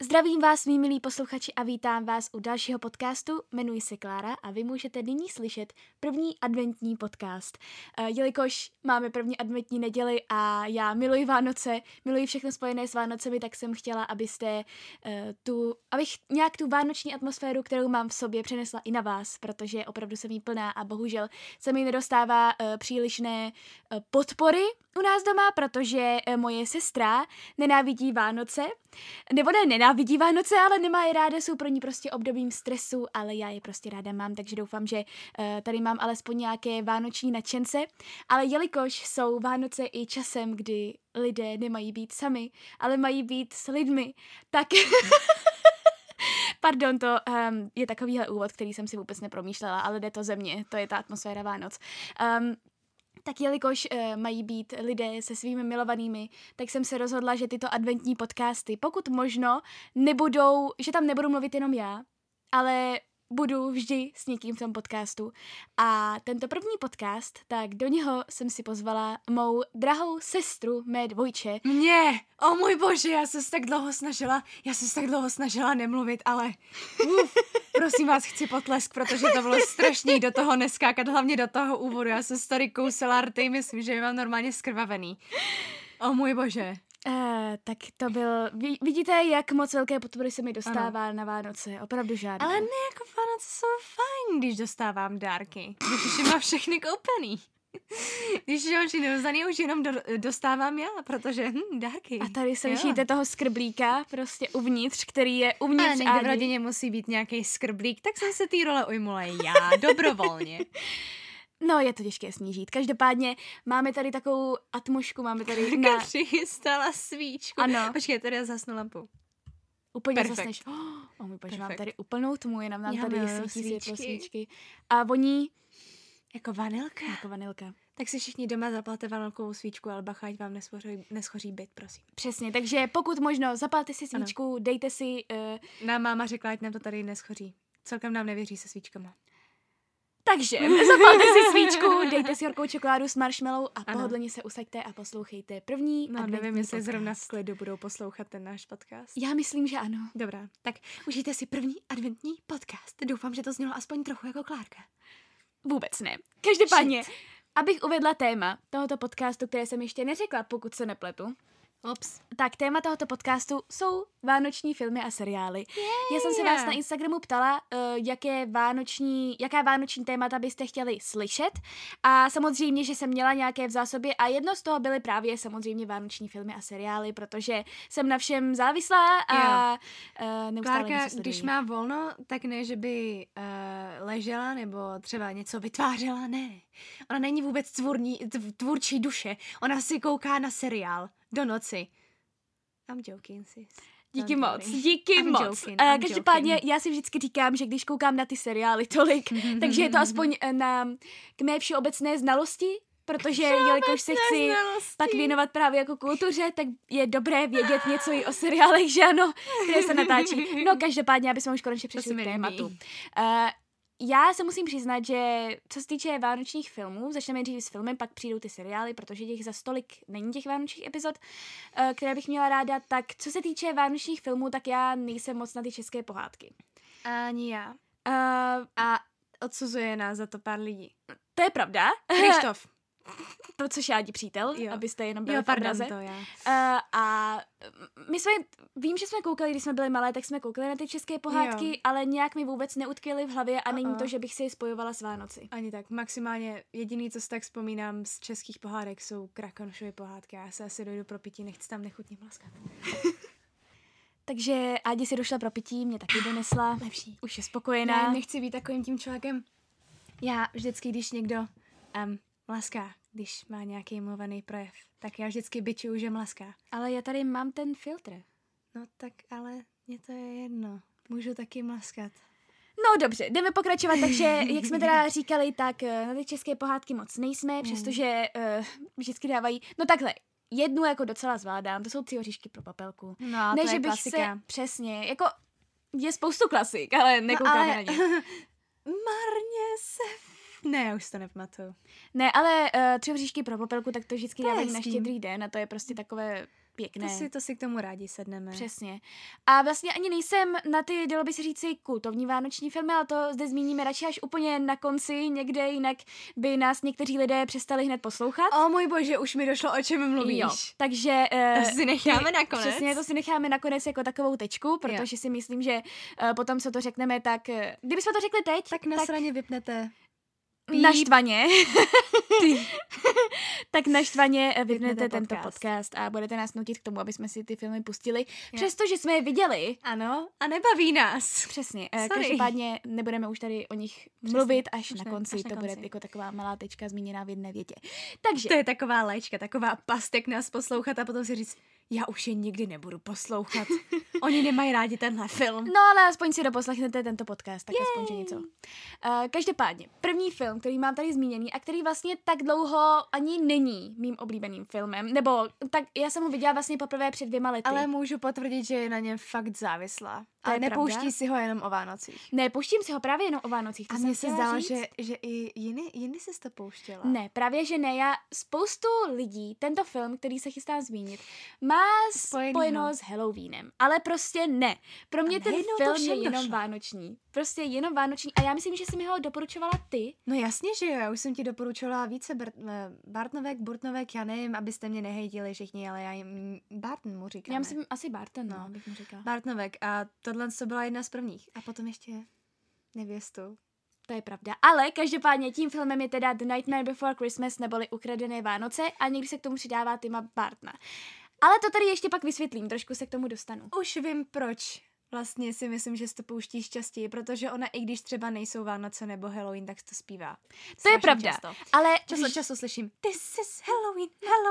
Zdravím vás, mý milí posluchači, a vítám vás u dalšího podcastu. Jmenuji se Klára a vy můžete nyní slyšet první adventní podcast. Jelikož máme první adventní neděli a já miluji Vánoce, miluji všechno spojené s Vánocemi, tak jsem chtěla, abyste abych nějak tu vánoční atmosféru, kterou mám v sobě, přenesla i na vás, protože opravdu jsem jí plná a bohužel se mi nedostává přílišné podpory u nás doma, protože moje sestra nenávidí Vánoce, nebo nenávidí Vánoce, ale nemá je ráda, jsou pro ní prostě obdobím stresu, ale já je prostě ráda mám, takže doufám, že tady mám alespoň nějaké vánoční nadšence, ale jelikož jsou Vánoce i časem, kdy lidé nemají být sami, ale mají být s lidmi, tak... Pardon, to je takovýhle úvod, který jsem si vůbec nepromýšlela, ale jde to ze mě, to je ta atmosféra Vánoc. Tak jelikož mají být lidé se svými milovanými, tak jsem se rozhodla, že tyto adventní podcasty, pokud možno, že tam nebudu mluvit jenom já, ale budu vždy s někým v tom podcastu. A tento první podcast, tak do něho jsem si pozvala mou drahou sestru, mé dvojče. Mě! O můj bože, já jsem se tak dlouho snažila nemluvit, ale prosím vás, chci potlesk, protože to bylo strašný do toho neskákat, hlavně do toho úvodu. Já jsem tady kousela rty, myslím, že mám normálně skrvavený. O můj bože. Tak to byl... Vidíte, jak moc velké podpory se mi dostává na Vánoce. Opravdu žádné. Ale ne, jako Vánoce jsou fajn, když dostávám dárky. Když už mám všechny koupený. Když mám všechny rozdaný, už jenom dostávám já, protože dárky. A tady slyšíte toho skrblíka prostě uvnitř, který je uvnitř. Ale někde v rodině musí být nějaký skrblík, tak jsem se té role ujmula já, dobrovolně. No, je to těžké snížit. Každopádně máme tady takovou atmosféru, máme tady přichystala svíčku. Ano. Počkej, tady já zasnu lampu. Úplně zasneš. Můj bože, mám tady úplnou tmu, jenom nám tady svítí světlo svíčky. A voní jako vanilka. Jako vanilka. Tak si všichni doma zapalte vanilkovou svíčku, ale bacha, ať vám neschoří byt, prosím. Přesně, takže pokud možno zapalte si svíčku, ano. Dejte si... Nám máma řekla, ať nám to tady neschoří. Celkem nám nevěří se svíčkama. Takže zapalte si svíčku, dejte si horkou čokoládu s marshmallow a pohodlně se usaďte a poslouchejte první adventní nevím, jestli podcast. Zrovna z klidu budou poslouchat ten náš podcast. Já myslím, že ano. Dobrá, tak užijte si první adventní podcast. Doufám, že to znělo aspoň trochu jako Klárka. Vůbec ne. Každopádně, abych uvedla téma tohoto podcastu, které jsem ještě neřekla, pokud se nepletu. Ups. Tak téma tohoto podcastu jsou vánoční filmy a seriály. Já jsem se vás na Instagramu ptala, jaká vánoční témata byste chtěli slyšet, a samozřejmě, že jsem měla nějaké v zásobě a jedno z toho byly právě samozřejmě vánoční filmy a seriály, protože jsem na všem závislá a neustále Klárka, když má volno, tak ne, že by ležela nebo třeba něco vytvářela, ne. Ona není vůbec tvůrčí duše, ona si kouká na seriál do noci. I'm joking, sis. Díky moc. Každopádně já si vždycky říkám, že když koukám na ty seriály tolik, takže je to aspoň k mé všeobecné znalosti, protože jelikož se chci pak věnovat právě jako kultuře, tak je dobré vědět něco i o seriálech, že ano, které se natáčí. No každopádně, aby jsme už konečně přišli k tématu. Já se musím přiznat, že co se týče vánočních filmů, začneme nejdřív s filmem, pak přijdou ty seriály, protože těch za stolik není těch vánočních epizod, které bych měla ráda. Tak co se týče vánočních filmů, tak já nejsem moc na ty české pohádky. Ani já. A odsuzuje nás za to pár lidí. To je pravda. Krištof. To, což já přítel, abyste jenom byli v obraze. To já. A vím, že jsme koukali, když jsme byli malé, tak jsme koukali na ty české pohádky, ale nějak mi vůbec neutkvěly v hlavě a není to, že bych si je spojovala s Vánoci. Ani tak. Maximálně jediný, co si tak vzpomínám z českých pohádek, jsou Krakonošovy pohádky. Já se asi dojdu pro pití, nechci tam nechutně mlaskat. Takže Ádi si došla pro pití, mě taky donesla. Lepší. Už je spokojená. Ne, nechci být takovým tím člověkem. Já vždycky, když někdo mlaská, když má nějaký mluvený projev, tak já vždycky bičuju, že mlaská. Ale já tady mám ten filtr. No tak ale mně to je jedno. Můžu taky mlaskat. No dobře, jdeme pokračovat, takže jak jsme teda říkali, tak na ty české pohádky moc nejsme, přestože vždycky dávají, no takhle, jednu jako docela zvládám, to jsou Tři oříšky pro Papelku. No, to je klasika. Přesně, jako je spoustu klasik, ale nekoukáme na ně. Marně se... Ne, já už to nepamatuju. Ne, ale Tři oříšky pro Popelku, tak to vždycky dávají na Štědrý den a to je prostě takové pěkné. To si k tomu rádi sedneme. Přesně. A vlastně ani nejsem na ty, dalo by se říci, kultovní vánoční filmy, ale to zde zmíníme radši až úplně na konci někde, jinak by nás někteří lidé přestali hned poslouchat. O můj bože, už mi došlo, o čem mluvíš. Jo, takže... To si necháme nakonec. Přesně, to si necháme nakonec jako takovou tečku, protože si myslím, že potom, co to řekneme, tak... Kdybychom to řekli teď... Tak na straně vypnete. Naštvaně. Tak naštvaně vypnete tento podcast a budete nás nutit k tomu, aby jsme si ty filmy pustili, přestože jsme je viděli. Ano, a nebaví nás. Přesně. Každopádně nebudeme už tady o nich mluvit až na konci. To bude jako taková malá tečka zmíněná v jedné větě. Takže. To je taková léčka, taková pastek nás poslouchat a potom si říct, já už je nikdy nebudu poslouchat. Oni nemají rádi tenhle film. No ale aspoň si doposlechnete tento podcast, tak aspoň že něco. Každopádně, první film, který mám tady zmíněný a který vlastně tak dlouho ani není mým oblíbeným filmem, nebo tak já jsem ho viděla vlastně poprvé před 2 lety. Ale můžu potvrdit, že je na něm fakt závislá. Ale nepouští si ho jenom o Vánocích. Ne, pouštím si ho právě jenom o Vánocích. A mně se zdálo, že i jindy jsi to pouštěla. Ne, právě že ne. Já spoustu lidí, tento film, který se chystám zmínit, má spojeno s Halloweenem. Ale prostě ne. Pro mě ten film je jenom vánoční. Prostě jenom vánoční. A já myslím, že jsi mi ho doporučovala ty. No jasně, že jo. Já už jsem ti doporučovala více Burtonovek, já nevím, abyste mě nehejtili všichni, ale já jim Barton mu říkám. Já myslím asi Barton, no, bych mu říkala. Burtonovek a tohle to byla jedna z prvních. A potom ještě Nevěstu. To je pravda. Ale každopádně tím filmem je teda The Nightmare Before Christmas neboli Ukradené Vánoce a někdy se k tomu přidává Tima Burtona. Ale to tady ještě pak vysvětlím, trošku se k tomu dostanu. Už vím proč. Vlastně si myslím, že si to pouštíš častěji, protože ona, i když třeba nejsou Vánoce nebo Halloween, tak to zpívá. To je pravda. Často. Ale často slyším This is Halloween.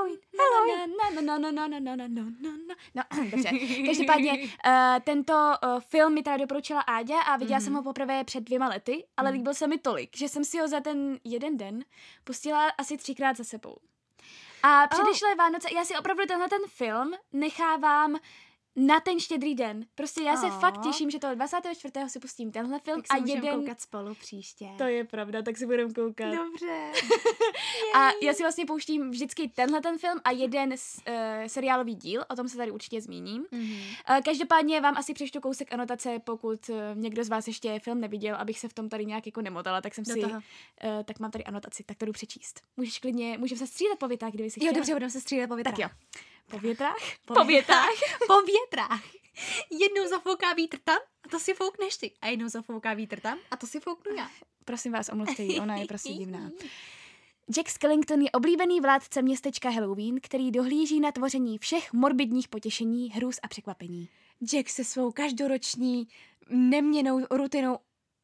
No, dobře. Každopádně tento film mi teda doporučila Áďa a viděla jsem ho poprvé před 2 lety, ale líbil se mi tolik, že jsem si ho za ten jeden den pustila asi 3krát za sebou. A předešlé Vánoce, já si opravdu tenhle ten film nechávám na ten Štědrý den. Prostě já se fakt těším, že toho 24. si pustím tenhle film tak a jeden koukat spolu příště. To je pravda, tak si budeme koukat. Dobře. A já si vlastně pouštím vždycky tenhle ten film a jeden seriálový díl, o tom se tady určitě zmíním. Každopádně vám asi přečtu kousek anotace, pokud někdo z vás ještě film neviděl, abych se v tom tady nějak jako nemotala, tak jsem tak mám tady anotaci, tak to jdu přečíst. Můžeme se střídat po větách, kdyby si chtěla. Jo, dobře, budeme se střídat po větách. Tak jo. Po větrách? Po větrách. Jednou zafouká vítr tam a to si foukneš ty. A jednou zafouká vítr tam a to si fouknu já. Prosím vás, omluvte ji, ona je prostě divná. Jack Skellington je oblíbený vládce městečka Halloween, který dohlíží na tvoření všech morbidních potěšení, hrůz a překvapení. Jack se svou každoroční neměnnou rutinou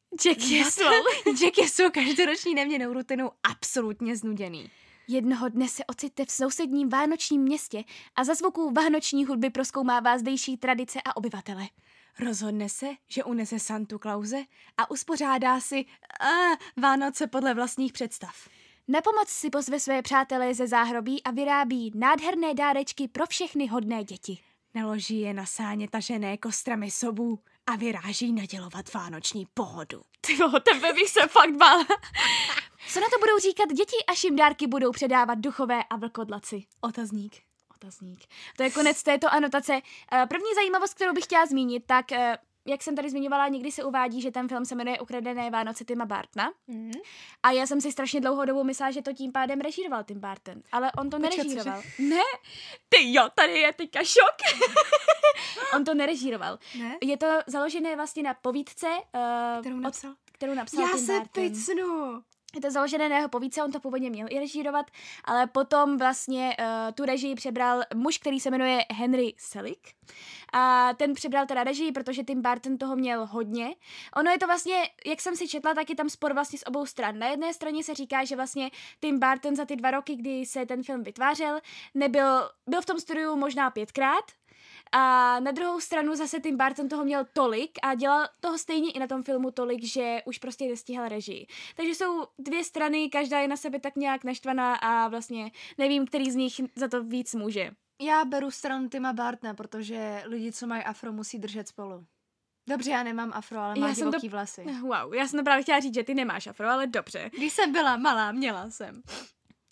Jack je svou každoroční neměnnou rutinou absolutně znuděný. Jednoho dne se ocitne v sousedním vánočním městě a za zvuků vánoční hudby prozkoumává zdejší tradice a obyvatele. Rozhodne se, že unese Santu Klause a uspořádá si Vánoce podle vlastních představ. Na pomoc si pozve své přátele ze záhrobí a vyrábí nádherné dárečky pro všechny hodné děti. Naloží je na sáně tažené kostrami sobů a vyráží nadělovat vánoční pohodu. Tyjo, tebe bych se fakt bála. Co na to budou říkat děti, až jim dárky budou předávat duchové a vlkodlaci? Otazník. To je konec této anotace. První zajímavost, kterou bych chtěla zmínit, tak jak jsem tady zmiňovala, někdy se uvádí, že ten film se jmenuje Ukradené Vánoce Tima Burtona. A já jsem si strašně dlouhou dobu myslela, že to tím pádem režíroval Tim Burton. Ale on to nerežíroval. Ne? Ty jo, tady je teďka šok. On to nerežíroval. Ne? Je to založené vlastně na povídce, kterou napsal já Tim Burton. Já se picnu. Je to založené na jeho povídce, on to původně měl i režírovat, ale potom vlastně tu režii přebral muž, který se jmenuje Henry Selick. A ten přebral teda režii, protože Tim Burton toho měl hodně. Ono je to vlastně, jak jsem si četla, tak je tam spor vlastně z obou stran. Na jedné straně se říká, že vlastně Tim Burton za ty 2 roky, kdy se ten film vytvářel, byl v tom studiu možná 5krát. A na druhou stranu zase Tim Burton toho měl tolik a dělal toho stejně i na tom filmu tolik, že už prostě nestíhal režii. Takže jsou 2 strany, každá je na sebe tak nějak naštvaná a vlastně nevím, který z nich za to víc může. Já beru stranu Tima Burtona, protože lidi, co mají afro, musí držet spolu. Dobře, já nemám afro, ale mám divoký vlasy. Wow, já jsem to právě chtěla říct, že ty nemáš afro, ale dobře. Když jsem byla malá, měla jsem.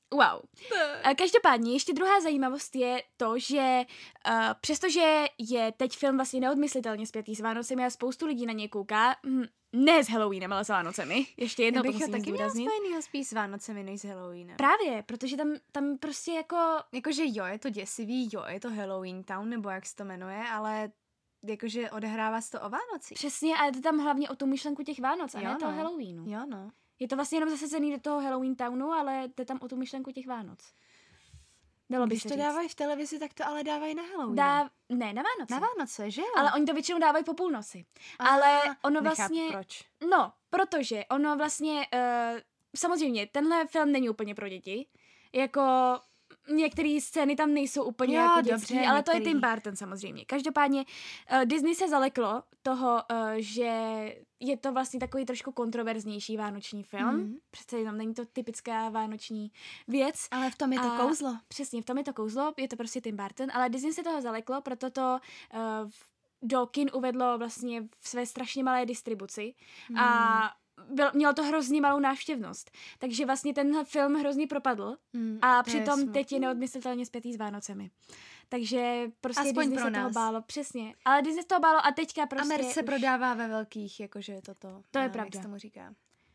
Wow. Každopádně ještě druhá zajímavost je to, že přestože je teď film vlastně neodmyslitelně spjatý s Vánocemi a spoustu lidí na něj kouká, ne s Halloweenem, ale s Vánocemi. Ještě jednou to musím zdůraznit. Já bych taky měla spíš s Vánocemi než s Halloweenem. Právě, protože tam prostě Jakože jo, je to děsivý, jo, je to Halloween Town, nebo jak se to jmenuje, ale jakože odehrává se to o Vánocích. Přesně, a je to tam hlavně o tu myšlenku těch Vánoc, a jo, ne toho no. Halloweenu. Jo, no. Je to vlastně jenom zasazený do toho Halloween Townu, ale jde tam o tu myšlenku těch Vánoc. Dalo by Když se to říct. dávají v televizi, tak to ale dávají na Halloween. Ne, na Vánoce. Na Vánoce, že jo? Ale oni to většinou dávají po půlnoci. Ale ono vlastně... Nechápu, proč. No, protože ono vlastně... samozřejmě, tenhle film není úplně pro děti. Jako... Některé scény tam nejsou úplně Jo, jako dobře, dětský, ale to je některý. Tim Burton samozřejmě. Každopádně Disney se zaleklo toho, že je to vlastně takový trošku kontroverznější vánoční film. Přece jenom není to typická vánoční věc. Ale v tom je to kouzlo. Přesně, v tom je to kouzlo, je to prostě Tim Burton, ale Disney se toho zaleklo, proto to do kin uvedlo vlastně v své strašně malé distribuci a mělo to hrozně malou návštěvnost. Takže vlastně tenhle film hrozně propadl a přitom teď je neodmyslitelně zpětý s Vánocemi. Takže prostě aspoň Disney pro se nás. toho bálo. Přesně. Ale Disney se toho bálo a teďka prostě... A merch se prodává ve velkých, jakože toto. To je jak pravda. se tomu říká.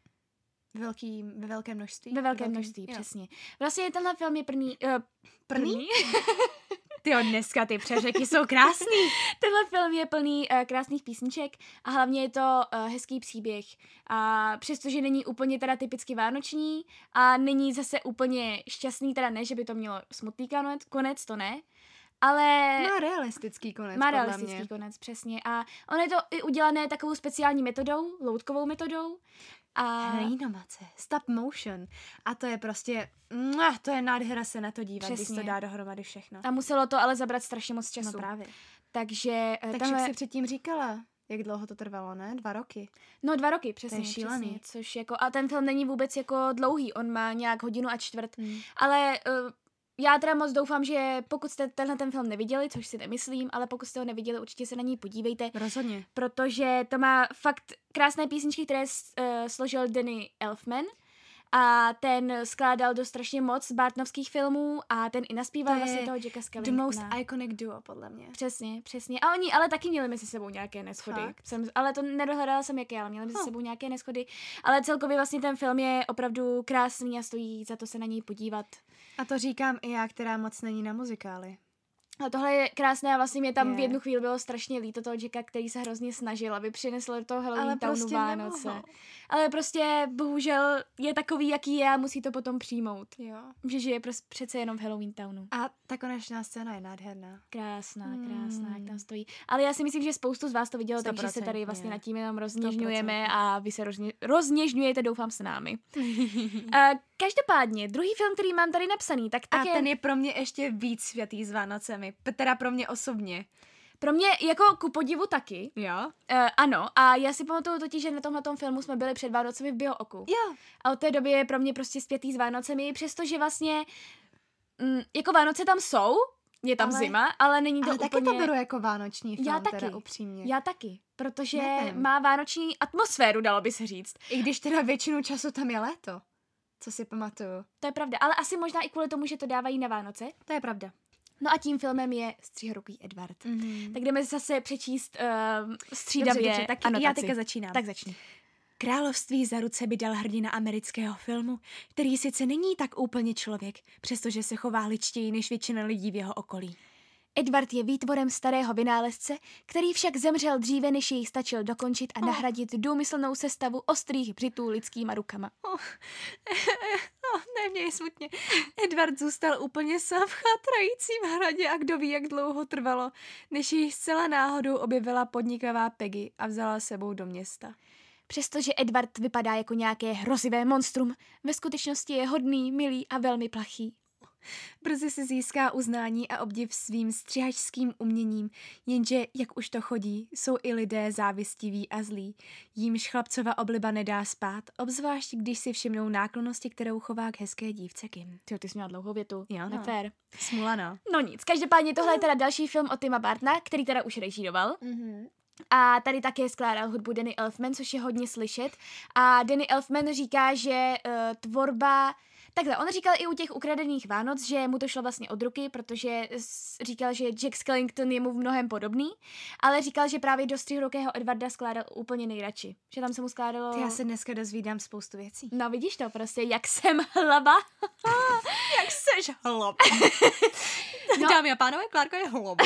Ve velkém množství? Ve velkém množství, jo. přesně. Vlastně tenhle film je První? Tyjo, dneska ty přeřeky jsou krásný. Tenhle film je plný krásných písniček a hlavně je to hezký příběh. A přestože není úplně teda typicky vánoční a není zase úplně šťastný, teda ne, že by to mělo smutný konec, to ne. Ale Má realistický konec, má podle realistický mě. konec, přesně. A ono je to i udělané takovou speciální metodou, loutkovou metodou. A Animace, stop motion. A to je prostě, to je nádhera se na to dívat, když Přesně. to dá dohromady všechno. a muselo to ale zabrat strašně moc času. No právě. Takže Takže jak jsi předtím říkala, jak dlouho to trvalo, ne? 2 roky. No 2 roky, přesně. To je šílený. Přesně, což jako, a ten film není vůbec jako dlouhý, on má nějak 1.25 hodiny. Ale já teda moc doufám, že pokud jste ten film neviděli, což si nemyslím, ale pokud jste ho neviděli, určitě se na něj podívejte. Rozhodně. Protože to má fakt krásné písničky, které složil Danny Elfman. A ten skládal do strašně moc Bartonovských filmů a ten i naspíval vlastně toho Jacka Skellingtona. The most iconic duo, podle mě. Přesně. A oni ale taky měli mezi sebou nějaké neschody. Ale to nedohledala jsem, jaké, ale měli mezi sebou nějaké neschody. Ale celkově vlastně ten film je opravdu krásný a stojí za to se na něj podívat. A to říkám i já, která moc není na muzikály. A tohle je krásné a vlastně mě tam v jednu chvíli bylo strašně líto toho Jacka, který se hrozně snažil, aby přinesl do toho Halloween Townu prostě Vánoce. nemohl. Ale prostě bohužel je takový, jaký je a musí to potom přijmout. Jo. Že žije přece jenom v Halloween Townu. A ta konečná scéna je nádherná. Krásná, jak tam stojí. Ale já si myslím, že spoustu z vás to vidělo, takže se tady vlastně nad tím jenom rozněžňujeme a vy se rozněžňujete, doufám, s námi. Každopádně, druhý film, který mám tady napsaný, tak A ten je pro mě ještě víc světý s Vánocemi. Teda pro mě osobně. Pro mě jako ku podivu taky. Jo? Ano, a já si pamatuju totiž, že na tomhletom filmu jsme byli před Vánocemi v Biooku. Jo. A od té doby je pro mě prostě zpětý s Vánocemi, přestože vlastně jako Vánoce tam jsou, je tam zima, ale není to ale úplně... taky to beru jako vánoční film, Já taky. teda upřímně. Já taky, protože Nevím. má vánoční atmosféru, dalo by se říct. I když teda většinu času tam je léto. Co si pamatuju. To je pravda, ale asi možná i kvůli tomu, že to dávají na Vánoce. To je pravda. No a tím filmem je Stříhoruký Edward. Tak jdeme zase přečíst střídavě Dobře, tak anotaci. já teďka začínám. Tak začni. Království za ruce by dal hrdina amerického filmu, který sice není tak úplně člověk, přestože se chová ličtěji než většina lidí v jeho okolí. Edward je výtvorem starého vynálezce, který však zemřel dříve, než jej stačil dokončit a nahradit důmyslnou sestavu ostrých břitů lidskýma rukama. Ne, mě je smutně. Edward zůstal úplně sám v chátrajícím hradě a kdo ví, jak dlouho trvalo, než jej zcela náhodou objevila podnikavá Peggy a vzala sebou do města. Přestože Edward vypadá jako nějaké hrozivé monstrum, ve skutečnosti je hodný, milý a velmi plachý. Brzy si získá uznání a obdiv svým střihačským uměním, jenže, jak už to chodí, jsou i lidé závistiví a zlí. Jímž chlapcova obliba nedá spát, obzvlášť když si všimnou náklonnosti, kterou chová k hezké dívce Kim. Ty jsi měla dlouhou větu. Jo, no. Nefér. Smula, no. No nic, každopádně tohle je teda další film od Tima Burtona, který teda už režíroval. A tady také skládal hudbu Danny Elfman, což je hodně slyšet. A Danny Elfman říká, že tvorba... Takhle, on říkal i u těch ukradených Vánoc, že mu to šlo vlastně od ruky, protože říkal, že Jack Skellington je mu v mnohem podobný, ale říkal, že právě do Stříhroukého Edwarda skládal úplně nejradši. Že tam se mu skládalo... Já se dneska dozvídám spoustu věcí. No vidíš to prostě, jak jsem hlava. Jak seš hlava. No. Dámy a pánové, Klárka je hlava.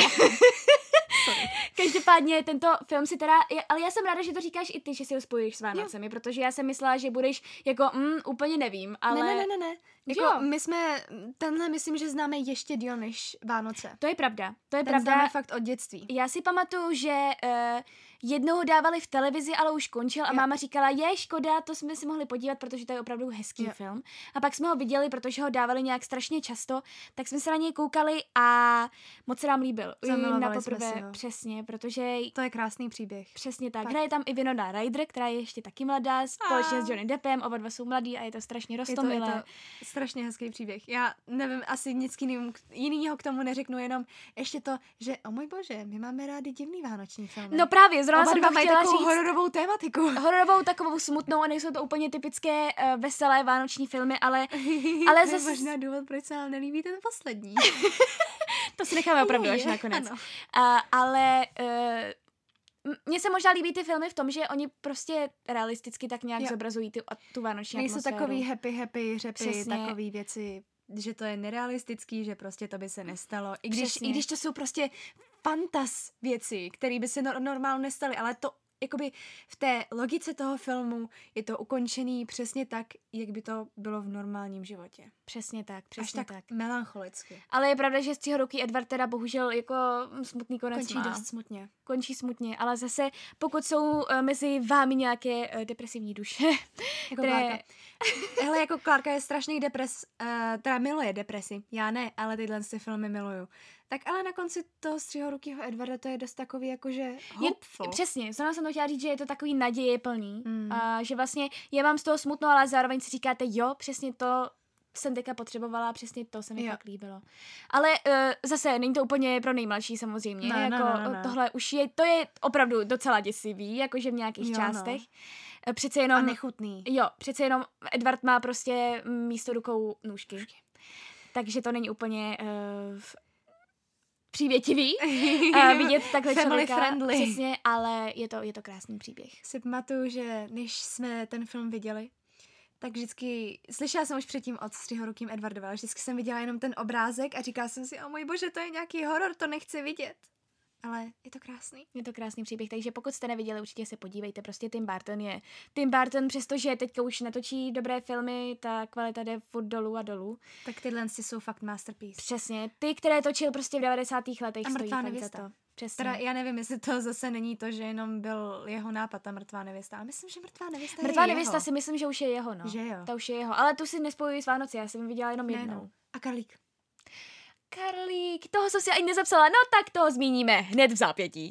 Každopádně tento film si teda, ale já jsem ráda, že to říkáš i ty, že si ho spojuješ s Vánocemi, protože já jsem myslela, že budeš jako, úplně nevím, ale... Ne. Jako, my jsme, tenhle myslím, že známe ještě díl než Vánoce. To je pravda, Ten známe fakt od dětství. Já si pamatuju, že jednou ho dávali v televizi, ale už končil a máma říkala, je škoda, to jsme si mohli podívat, protože to je opravdu hezký film. A pak jsme ho viděli, protože ho dávali nějak strašně často, tak jsme se na něj koukali a moc se nám líbil. Na poprvé, přesně, protože... To je krásný příběh. Přesně tak. Hraje tam i Winona Ryder, která je ještě taky mladá, společně s Johnny Deppem, oba dva jsou mladí a je to strašně roztomilé. Je to strašně hezký příběh. Já nevím, asi nic jinýho k tomu neřeknu, jenom ještě to, že o můj bože, my máme rádi divný vánoční filmy. No právě, zrovna jsem to chtěla říct. hororovou tématiku. Hororovou, takovou smutnou a nejsou to úplně typické veselé vánoční filmy, ale zase... To je možná důvod, proč se nám nelíbí ten poslední. To si necháme opravdu až nakonec. Ale mně se možná líbí ty filmy v tom, že oni prostě realisticky tak nějak zobrazují tu vánoční atmosféru. Nejsou takový happy, řepy, takový věci, že to je nerealistický, že prostě to by se nestalo. I když to jsou prostě fantas věci, které by se normálně nestaly, ale to jakoby v té logice toho filmu je to ukončený přesně tak, jak by to bylo v normálním životě. Přesně tak. Až tak melancholicky. Ale je pravda, že Stříhorouký Edward teda bohužel jako smutný konec končí dost smutně. Končí smutně, ale zase pokud jsou mezi vámi nějaké depresivní duše, jako Klárka. Hele, jako Klárka je strašný teda miluje depresi. Já ne, ale tyhle filmy miluju. Tak ale na konci toho Stříhorukýho Edwarda to je dost takový jakože hopeful. Přesně, zrovna jsem to chtěla říct, že je to takový nadějeplný. A že vlastně je vám z toho smutno, ale zároveň si říkáte, jo, přesně to jsem teďka potřebovala, přesně to se mi tak líbilo. Ale zase není to úplně pro nejmladší samozřejmě, ne. Tohle už to je opravdu docela děsivý, jakože v nějakých částech. Přece jenom... A nechutný. Jo, přece jenom Edward má prostě místo rukou nůžky. Takže to není úplně... přívětivý vidět takhle člověka, friendly. Přesně, ale je to krásný příběh. Si pamatuju, že než jsme ten film viděli, tak vždycky, slyšela jsem už předtím od Stříhorukým Edwardovi, ale vždycky jsem viděla jenom ten obrázek a říkala jsem si, o můj bože, to je nějaký horor, to nechci vidět. Ale je to krásný. Je to krásný příběh, takže pokud jste neviděli, určitě se podívejte, prostě Tim Burton, přestože teďka už natočí dobré filmy, ta kvalita jde furt dolů a dolů. Tak tyhle jsou fakt masterpiece. Přesně, ty, které točil prostě v 90. letech, a stojí fakt za to. Přesně. Teda já nevím, jestli to zase není to, že jenom byl jeho nápad, ta Mrtvá nevěsta, ale myslím, že Mrtvá nevěsta Mrtvá nevěsta si myslím, že už je jeho, no. Že jo. Ta už je jeho, ale tu si nespojuji s Vánoci, já jsem viděla jenom jednou. No. A Karlík, toho jsem si ani nezapsala, no tak toho zmíníme hned v zápětí.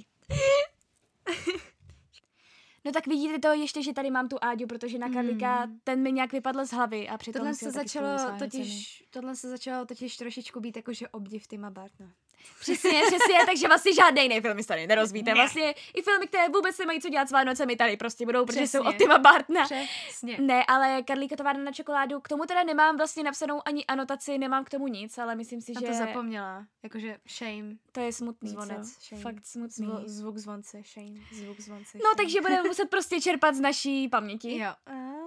No tak vidíte to ještě, že tady mám tu Áďu, protože na Karlíka ten mi nějak vypadl z hlavy a přitom tohle se začalo totiž trošičku být jakože obdiv Tima Burtona. Přesně, takže vlastně žádný jiný filmy tady nerozvíte. Vlastně i filmy, které vůbec nemají co dělat s Vánocemi, tady prostě budou, protože jsou od Tima Burtona. Přesně. Ne, ale Karlíka továrna na čokoládu, k tomu teda nemám vlastně napsanou ani anotaci, nemám k tomu nic, ale myslím si, že... A to zapomněla, jakože shame. To je smutný, zvonec, shame. Fakt smutný. Zvuk zvonce, shame. Zvuk zvonce, no, takže budeme muset prostě čerpat z naší paměti. Jo.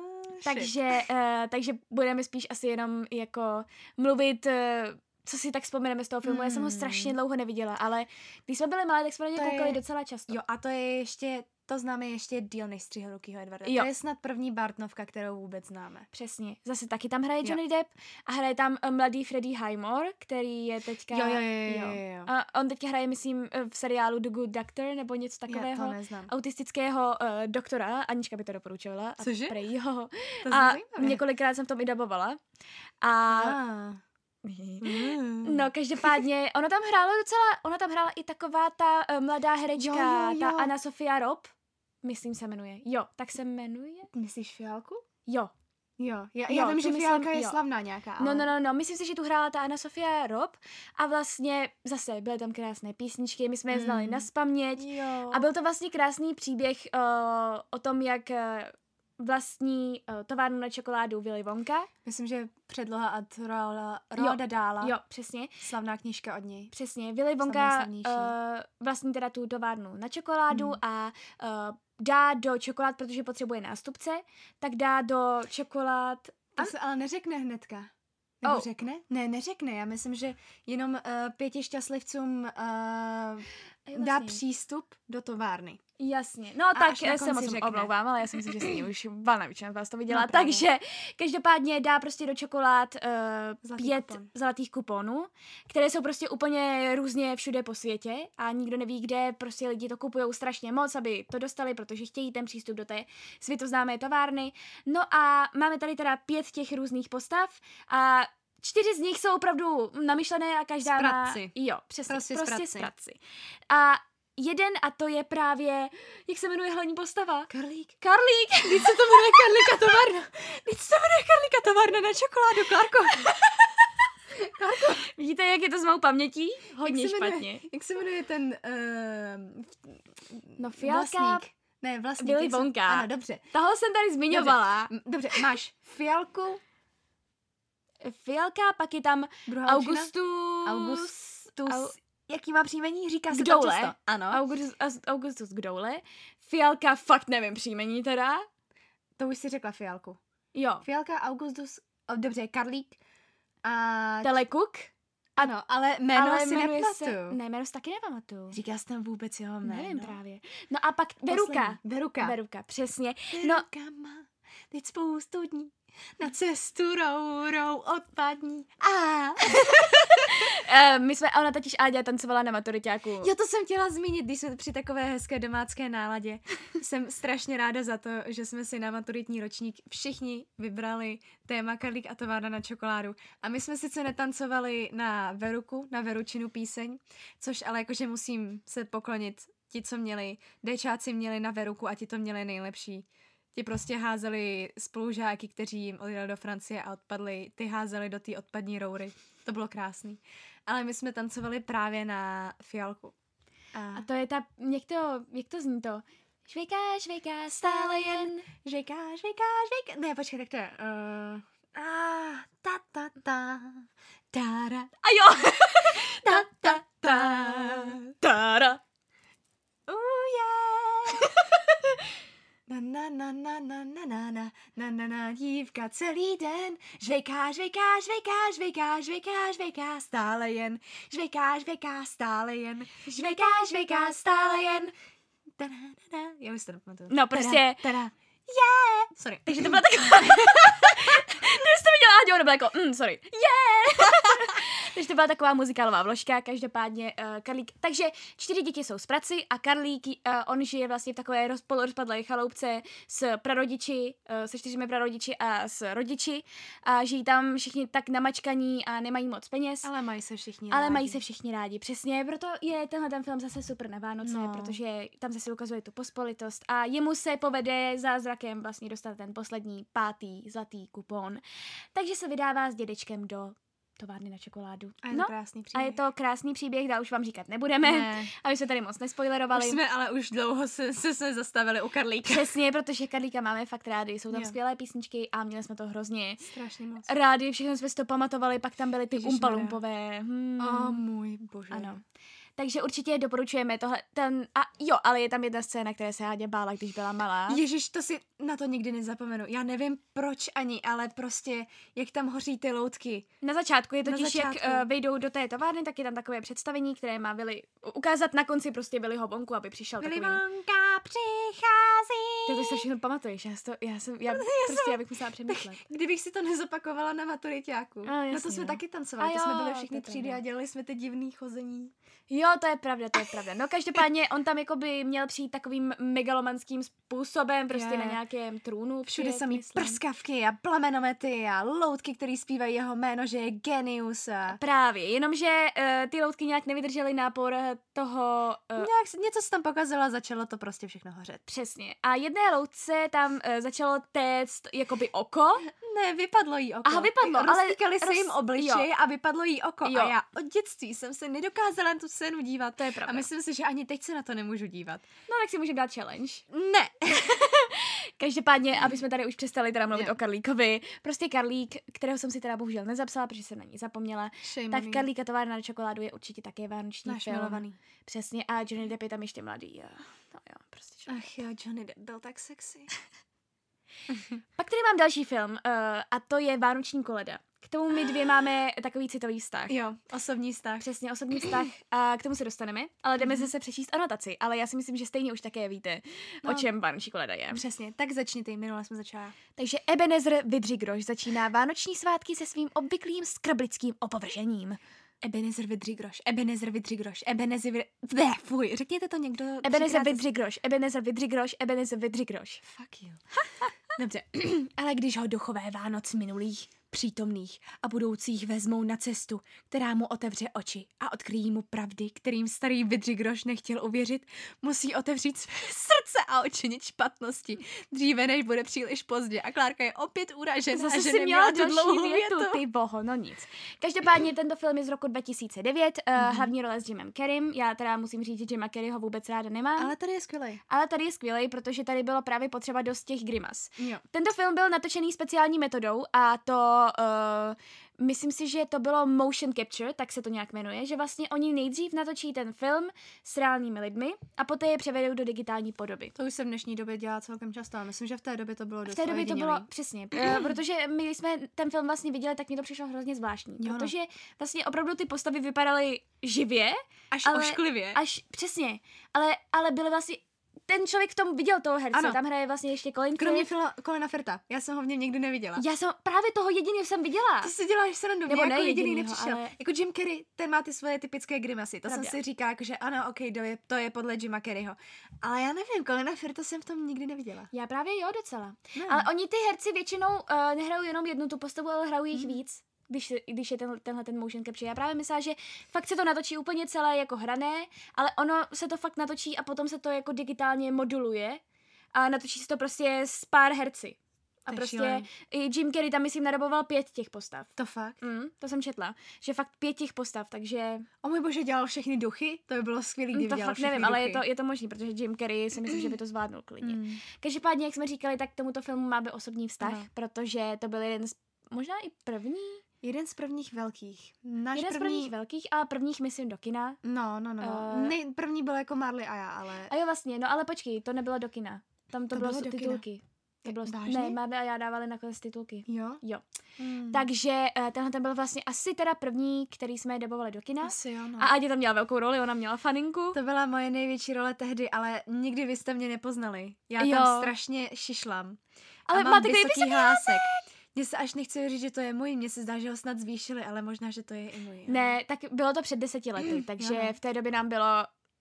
Takže budeme spíš asi jenom jako mluvit... co si tak vzpomeneme z toho filmu. Já jsem ho strašně dlouho neviděla, ale když jsme byli malé, tak jsme na ně koukali docela často. Jo, a to je ještě, to známe ještě díl než Stříhorukýho Edwarda. Jo. To je snad první Burtonovka, kterou vůbec známe. Přesně. Zase taky tam hraje Johnny Depp a hraje tam mladý Freddie Highmore, který je teďka... Jo. A on teďka hraje, myslím, v seriálu The Good Doctor nebo něco takového. Já to neznám. Autistického doktora. Anička by to doporučovala. Cože? Prej, jo. To a několikrát jsem v tom i dabovala. No, každopádně, ona tam hrála i taková ta mladá herečka, ta Anna Sophia Robb, myslím se jmenuje. Jo, tak se jmenuje? Myslíš Fialku? Jo. Jo, já Jo, vím, to že myslím, Fialka je jo. slavná nějaká, ale... No, myslím si, že tu hrála ta Anna Sofia Robb a vlastně zase byly tam krásné písničky, my jsme je znali nazpaměť Jo. a byl to vlastně krásný příběh o tom, jak vlastní továrnu na čokoládu Willy Wonka. Myslím, že předloha a Roalda Dahla. Jo, přesně. Slavná knížka od něj. Přesně, Willy Wonka nejslavnější. vlastní teda tu továrnu na čokoládu a dá do čokolád, protože potřebuje nástupce, tak dá do čokolád... To se ale neřekne hnedka. Nebo řekne? Ne, neřekne. Já myslím, že jenom 5 šťastlivcům dá přístup do továrny. Jasně, no tak já se moc omlouvám, ale já si myslím, že si už valná většina z vás to viděla. No, takže každopádně dá prostě do čokolád 5 zlatých kuponů, které jsou prostě úplně různě všude po světě a nikdo neví, kde prostě lidi to kupujou strašně moc, aby to dostali, protože chtějí ten přístup do té světoznámé továrny. No a máme tady teda 5 těch různých postav a 4 z nich jsou opravdu namyšlené a každá Spratci. má... Jo, přesně, Prostě spratci. A jeden a to je právě, jak se jmenuje hlavní postava? Karlík. Když se to jmenuje Karlíka továrna. Když se jmenuje Karlíka továrna na čokoládu, Klárko. Vidíte, jak je to s mou pamětí? Hodně špatně. Jak se jmenuje ten no Fialka. Vlastník. Ne, vlastník. Willy Wonka. Ano, dobře. Toho jsem tady zmiňovala. Dobře, máš Fialku. Fialka, pak je tam Augustus. Jaký má příjmení? Říká se Kdoule. to často. Ano. Augustus Kdoule. Fialka, fakt nevím příjmení teda. To už si řekla Fialku. Jo. Fialka, Augustus, dobře, Karlík a... Telekuk. Ano, ale jméno si nepamatuju. Ne, jméno si taky nepamatuju. Říká jsi tam vůbec jeho jméno? Nevím právě. No a pak Veruka. Veruka, přesně. Veruka má teď spoustu dní. Na cestu rou, odpadní. Ona totiž Áďa tancovala na maturiťáku. Jo, to jsem chtěla zmínit, když jsme při takové hezké domácké náladě. Jsem strašně ráda za to, že jsme si na maturitní ročník všichni vybrali téma Karlík a továrna na čokoládu. A my jsme sice netancovali na Veruku, na Veručinu píseň, což ale jakože musím se poklonit. Ti, co měli, déčáci měli na Veruku a ti to měli nejlepší. Ti prostě házeli spolužáky, kteří jim odjeli do Francie a odpadli, ty házeli do té odpadní roury. To bylo krásný. Ale my jsme tancovali právě na Fialku. A to je ta, jak to zní to? Žvejká, stále jen. Žvejká. Ne, počkej, tak to je. Tára. A jo! Tára. Na, dívka celý den, žvejká, stále jen, žvejká, stále jen, žvejká, stále jen. Já bych si to nepamatuju. No prostě. Yeah! Sorry. Takže to byla taková... Když to viděla Áďo, ono bylo jako, sorry. Yeah! Takže to byla taková muzikálová vložka, každopádně Karlík. Takže 4 děti jsou z praci a Karlík, on žije vlastně v takové polorozpadlé chaloupce s prarodiči, se 4 prarodiči a s rodiči a žijí tam všichni tak namačkaní a nemají moc peněz. Ale mají se všichni rádi. Přesně, proto je tenhle ten film zase super na Vánoce, protože tam zase ukazuje tu pospolitost a jemu se povede zázrakem vlastně dostat ten poslední 5. zlatý kupon. Takže se vydává s dědečkem do továrny na čokoládu. A je to krásný příběh. A je to krásný příběh, dál už vám říkat nebudeme, aby se tady moc nespoilerovali. Už jsme ale už dlouho se zastavili u Karlíka. Přesně, protože Karlíka máme fakt rádi, jsou tam skvělé písničky a měli jsme to hrozně strašně moc rádi, všechno jsme si to pamatovali, pak tam byly ty Umpalumpové. Můj bože. Ano. Takže určitě doporučujeme tohle, ale je tam jedna scéna, které se Áďa bála, když byla malá. Ježiš, to si na to nikdy nezapomenu. Já nevím proč ani, ale prostě, jak tam hoří ty loutky. Na začátku je totiž, jak vejdou do té továrny, tak je tam takové představení, které má Willy ukázat na konci prostě Willyho Wonku, aby přišel Willy takový... Wonka přichází. Ty se všechno pamatuješ, já bych musela přemýšlet. Kdybych si to nezopakovala na maturiťáku. Na to jsme taky tancovali, to jsme byli všichni třídy a dělali jsme ty divný chození. Jo, to je pravda. No každopádně on tam jakoby měl přijít takovým megalomanským způsobem, prostě na nějakém trůnu. Všude samý prskavky a plamenomety a loutky, který zpívají jeho jméno, že je genius. Právě, jenomže ty loutky nějak nevydržely nápor toho... Něco se tam pokazilo a začalo to prostě všechno hořet. Přesně. A jedné loutce tam začalo téct jakoby oko. Ne, vypadlo jí oko. Aha, vypadlo, ale... Roztýkali se jim obličej a vypadlo jí oko. Jo. A já od dětství jsem se nedokázala na tu scénu dívat. To je pravda. A myslím si, že ani teď se na to nemůžu dívat. No, tak si můžeme dát challenge. Ne. Každopádně, aby jsme tady už přestali teda mluvit o Karlíkovi, prostě Karlík, kterého jsem si teda bohužel nezapsala, protože jsem na ní zapomněla, tak Karlíka továrna na čokoládu je určitě také vánoční Náš film. milovaný. Přesně, a Johnny Depp je tam ještě mladý. No jo, prostě. Ach jo, Johnny Depp byl tak sexy. Pak tady mám další film a to je Vánoční koleda. K tomu my dvě máme takový citový vztah. Jo, osobní vztah. Přesně, osobní vztah a k tomu se dostaneme, ale jdeme zase přečíst anotaci, ale já si myslím, že stejně už také víte, o čem Vánoční koleda je. Přesně, tak začni ty, minule jsme začala. Takže Ebenezer Vydřigroš začíná vánoční svátky se svým obvyklým skrblickým opovržením. Ebenezer Vydřigroš. Fuj, řekněte to někdo. Ebenezer Vydřigroš. Fuck you. Dobře, ale když ho duchové Vánoc minulých, přítomných a budoucích vezmou na cestu, která mu otevře oči a odkryjí mu pravdy, kterým starý Vydřigroš nechtěl uvěřit, musí otevřít své srdce a očinit špatnosti, dříve než bude příliš pozdě. A Klárka je opět uražená, Zase že si měla tu další dlouhou větu, větu. ty boho, no nic. Každopádně tento film je z roku 2009, hlavní role s Jimem Carreym. Já teda musím říct, že Jima Carreyho vůbec ráda nemám. Ale tady je skvělej. Ale tady je skvělej, protože tady bylo právě potřeba dost těch grimas. Jo. Tento film byl natočený speciální metodou a to myslím si, že to bylo motion capture, tak se to nějak jmenuje, že vlastně oni nejdřív natočí ten film s reálnými lidmi a poté je převedou do digitální podoby. To už se v dnešní době dělá celkem často a myslím, že v té době to bylo dost V té době to ojedinělý. bylo, přesně, protože my jsme ten film vlastně viděli, tak mi to přišlo hrozně zvláštní, Jo, no. protože vlastně opravdu ty postavy vypadaly živě. Až ale, ošklivě. Až, přesně, ale byly vlastně, ten člověk v tom viděl toho herce, Ano. tam hraje vlastně ještě Colin Kromě Firth. Colina Firtha. Já jsem ho v něm nikdy neviděla. Já jsem právě toho jediného jsem viděla. Ty si děláš srandu, Nebo mě jako ne jediný jedinýho, nepřišel. ale- Jako Jim Carrey, ten má ty svoje typické grimasy. To Pravda. jsem si říkala, jako, že ano, ok, to je podle Jima Carreyho. Ale já nevím, Colina Firtha jsem v tom nikdy neviděla. Já právě jo, docela. No. Ale oni ty herci většinou nehrajou jenom jednu tu postavu, ale hrajou jich víc. Když je tenhle ten motion capture. Já právě myslím, že fakt se to natočí úplně celé jako hrané, ale ono se to fakt natočí a potom se to jako digitálně moduluje a natočí se to prostě s pár herci. A To je prostě šílený. i Jim Carrey tam, myslím, nadaboval 5 těch postav. To fakt? To jsem četla, že fakt 5 těch postav, takže O můj bože, dělal všechny duchy? To by bylo skvělý, kdyby to dělal fakt všechny nevím, duchy. ale je to možný, protože Jim Carrey si myslím, že by to zvládnul klidně. Každopádně, jak jsme říkali, tak k tomuto filmu máme osobní vztah, Ano. protože to byl jeden z, možná i první, Jeden z prvních velkých. Náš jeden z první... prvních velkých a prvních, myslím, do kina. No. První byl jako Marley a já, ale... A jo, vlastně, no ale počkej, to nebylo do kina. Tam to bylo bylo do kina. titulky. To bylo, Vážně? ne, Marley a já dávali nakonec titulky. Jo? Jo. Hmm. Takže tenhle ten byl vlastně asi teda první, který jsme dabovali do kina. Asi jo, no. A Adě tam měla velkou roli, ona měla faninku. To byla moje největší role tehdy, ale nikdy vy jste mě nepoznali. Já Jo. tam strašně šišlám. Ale A mám máte takový vysoký hlásek. Mně se až nechci říct, že to je můj, mně se zdá, že ho snad zvýšili, ale možná, že to je i můj. Ne, tak bylo to před 10 lety, takže Jo, no. v té době nám bylo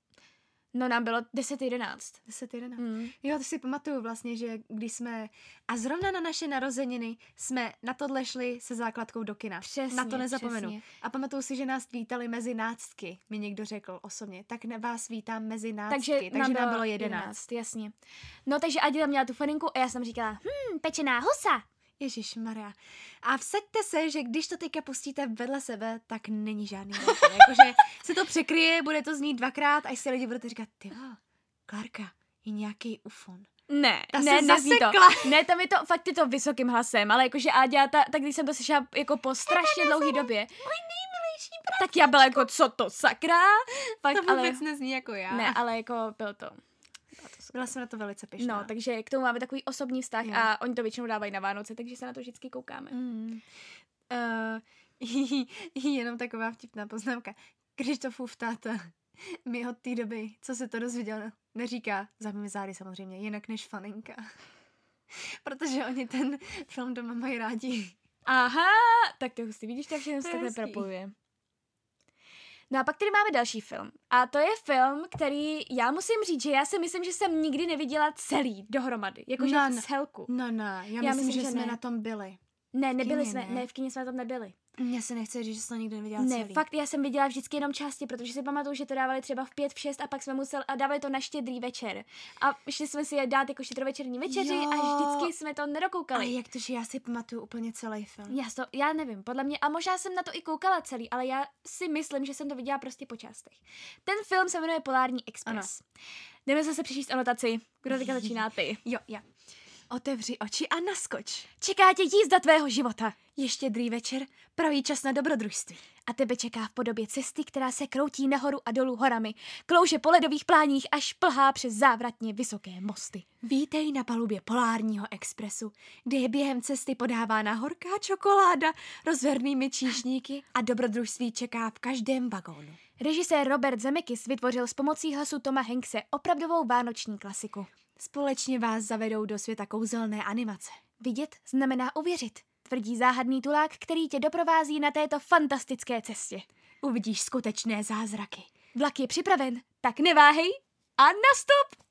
10-11. 10-11. Jo, to si pamatuju vlastně, že když jsme, a zrovna na naše narozeniny jsme na tohle šli se základkou do kina. Přesně, Na to nezapomenu. přesně. A pamatuju si, že nás vítali mezi náctky, mi někdo řekl osobně. Tak vás vítám mezi náctky, takže nám bylo 11. Jasně. No takže Adě tam měla tu faninku a já jsem říkala, pečená husa. Ježišmarja. A vsaďte se, že když to teďka pustíte vedle sebe, tak není žádný rozdíl. Jakože se to překryje, bude to znít dvakrát, až si lidi budete říkat, ty Klárka, je nějaký ufon. Ne, Ta ne, se nezní to. zasekla. Ne, tam je to fakt je to vysokým hlasem, ale jakože Áďa, tak když jsem to slyšela jako po strašně dlouhé době, Můj nejmilejší brat. tak já byla jako, co to sakra? Fakt, To vůbec nezní jako já. Ne, ale jako bylo to. Byla jsem na to velice pyšná. No, takže k tomu máme takový osobní vztah Jo. a oni to většinou dávají na Vánoce, takže se na to vždycky koukáme. Jenom taková vtipná poznámka. Krištofův táta mi od té doby, co se to dozvěděl, neříká za mými zády samozřejmě, jinak než faninka. Protože oni ten film doma mají rádi. Aha, tak to hustý, vidíš, to všechno se To je takhle hezký. propojuje. No a pak tady máme další film. A to je film, který já musím říct, že já si myslím, že jsem nikdy neviděla celý dohromady. Jakože No, v celku. No, já myslím, že jsme ne. na tom byli. Ne, nebyli kině, jsme, ne? ne, v kině jsme na tom nebyli. Mně se nechce říct, že jsi to nikdy neviděla Ne, celý. fakt, já jsem viděla vždycky jenom části, protože si pamatuju, že to dávali třeba v 5, v 6 a pak jsme museli, a dávali to na Štědrý večer. A šli jsme si je dát jako štědrovečerní večeři Jo. a vždycky jsme to nedokoukali. Ale jak to, že já si pamatuju úplně celý film. Já nevím, podle mě, a možná jsem na to i koukala celý, ale já si myslím, že jsem to viděla prostě po částech. Ten film se jmenuje Polární Express. Jdeme zase přečíst anotaci. Kdo teďka začíná ty? Jo. Otevři oči a naskoč. Čeká tě jízda tvého života. Je Štědrý večer, pravý čas na dobrodružství. A tebe čeká v podobě cesty, která se kroutí nahoru a dolů horami, klouže po ledových pláních a šplhá přes závratně vysoké mosty. Vítej na palubě Polárního expresu, kde je během cesty podávána horká čokoláda rozvernými číšníky a dobrodružství čeká v každém vagónu. Režisér Robert Zemeckis vytvořil s pomocí hlasu Toma Hankse opravdovou vánoční klasiku. Společně vás zavedou do světa kouzelné animace. Vidět znamená uvěřit, tvrdí záhadný tulák, který tě doprovází na této fantastické cestě. Uvidíš skutečné zázraky. Vlak je připraven, tak neváhej a nastup!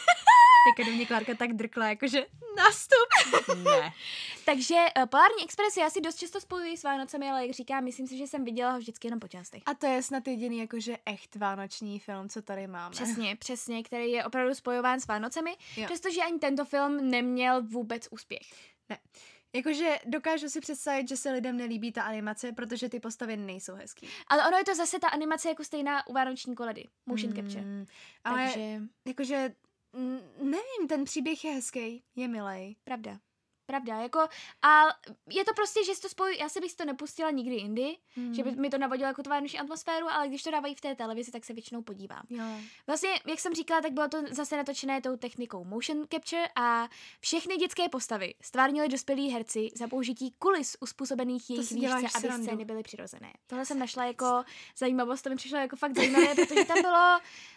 Teďka do mě Klárka tak drkla, jakože nastup. Ne. Takže Polární Express já si dost často spojuji s Vánocemi, ale jak říkám, myslím si, že jsem viděla ho vždycky jenom po částech. A to je snad jediný jakože echt vánoční film, co tady máme. Přesně, který je opravdu spojován s Vánocemi, přestože ani tento film neměl vůbec úspěch. Ne. Jakože dokážu si představit, že se lidem nelíbí ta animace, protože ty postavy nejsou hezký. Ale ono je to zase ta animace jako stejná u Vánoční koledy. Motion capture. Ale takže jakože nevím, ten příběh je hezký, je milej. Pravda, jako, a je to prostě, že si to spojuji, já si bych to nepustila nikdy jindy, že by mi to navodilo jako tu vánoční atmosféru, ale když to dávají v té televizi, tak se většinou podívám. Jo. Vlastně, jak jsem říkala, tak bylo to zase natočené tou technikou motion capture a všechny dětské postavy stvárnili dospělí herci za použití kulis uspůsobených jejich výšce, aby scény byly přirozené. Tohle jsem našla jako zajímavost, to mi přišlo jako fakt zajímavé, protože tam bylo...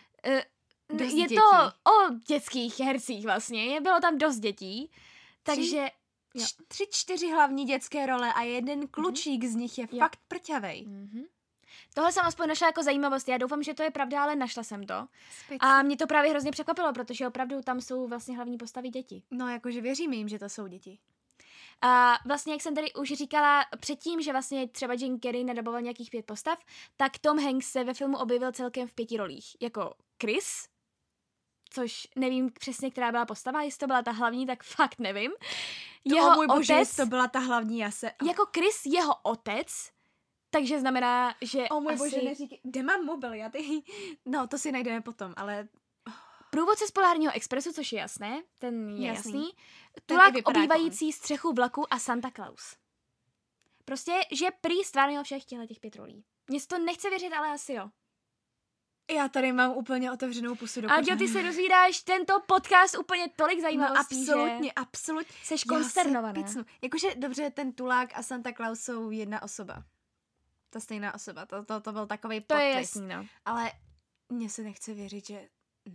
je dětí. to o dětských hercích vlastně, bylo tam dost dětí, takže... 3-4 hlavní dětské role a jeden klučík z nich je fakt prťavej. Tohle jsem aspoň našla jako zajímavost. Já doufám, že to je pravda, ale našla jsem to. A mě to právě hrozně překvapilo, protože opravdu tam jsou vlastně hlavní postavy děti. No, jakože věříme jim, že to jsou děti. A vlastně, jak jsem tady už říkala předtím, že vlastně třeba Jim Carrey nadaboval nějakých 5 postav, tak Tom Hanks se ve filmu objevil celkem v 5 rolích. Jako Chris, což nevím přesně, která byla postava, jestli to byla ta hlavní, tak fakt nevím. Jeho můj bože, otec, to byla ta hlavní, Jako Chris, jeho otec, takže znamená, že můj bože, neříkej, kde mám mobil, No, to si najdeme potom, ale... Průvodce z Polárního expresu, což je jasné, ten je jasný. Tulák obývající střechu vlaku a Santa Claus. Prostě, že prý stvárnil všech těch 5 rolí. Mně se to nechce věřit, ale asi jo. Já tady mám úplně otevřenou pusu do kořán. A ty se dozvídáš tento podcast úplně tolik zajímavostí, že... Absolutně. Seš konsternovaná. Jakože dobře, ten Tulák a Santa Claus jsou jedna osoba. Ta stejná osoba. To byl takovej plot twist. To je jasný, no. Ale mně se nechce věřit, že...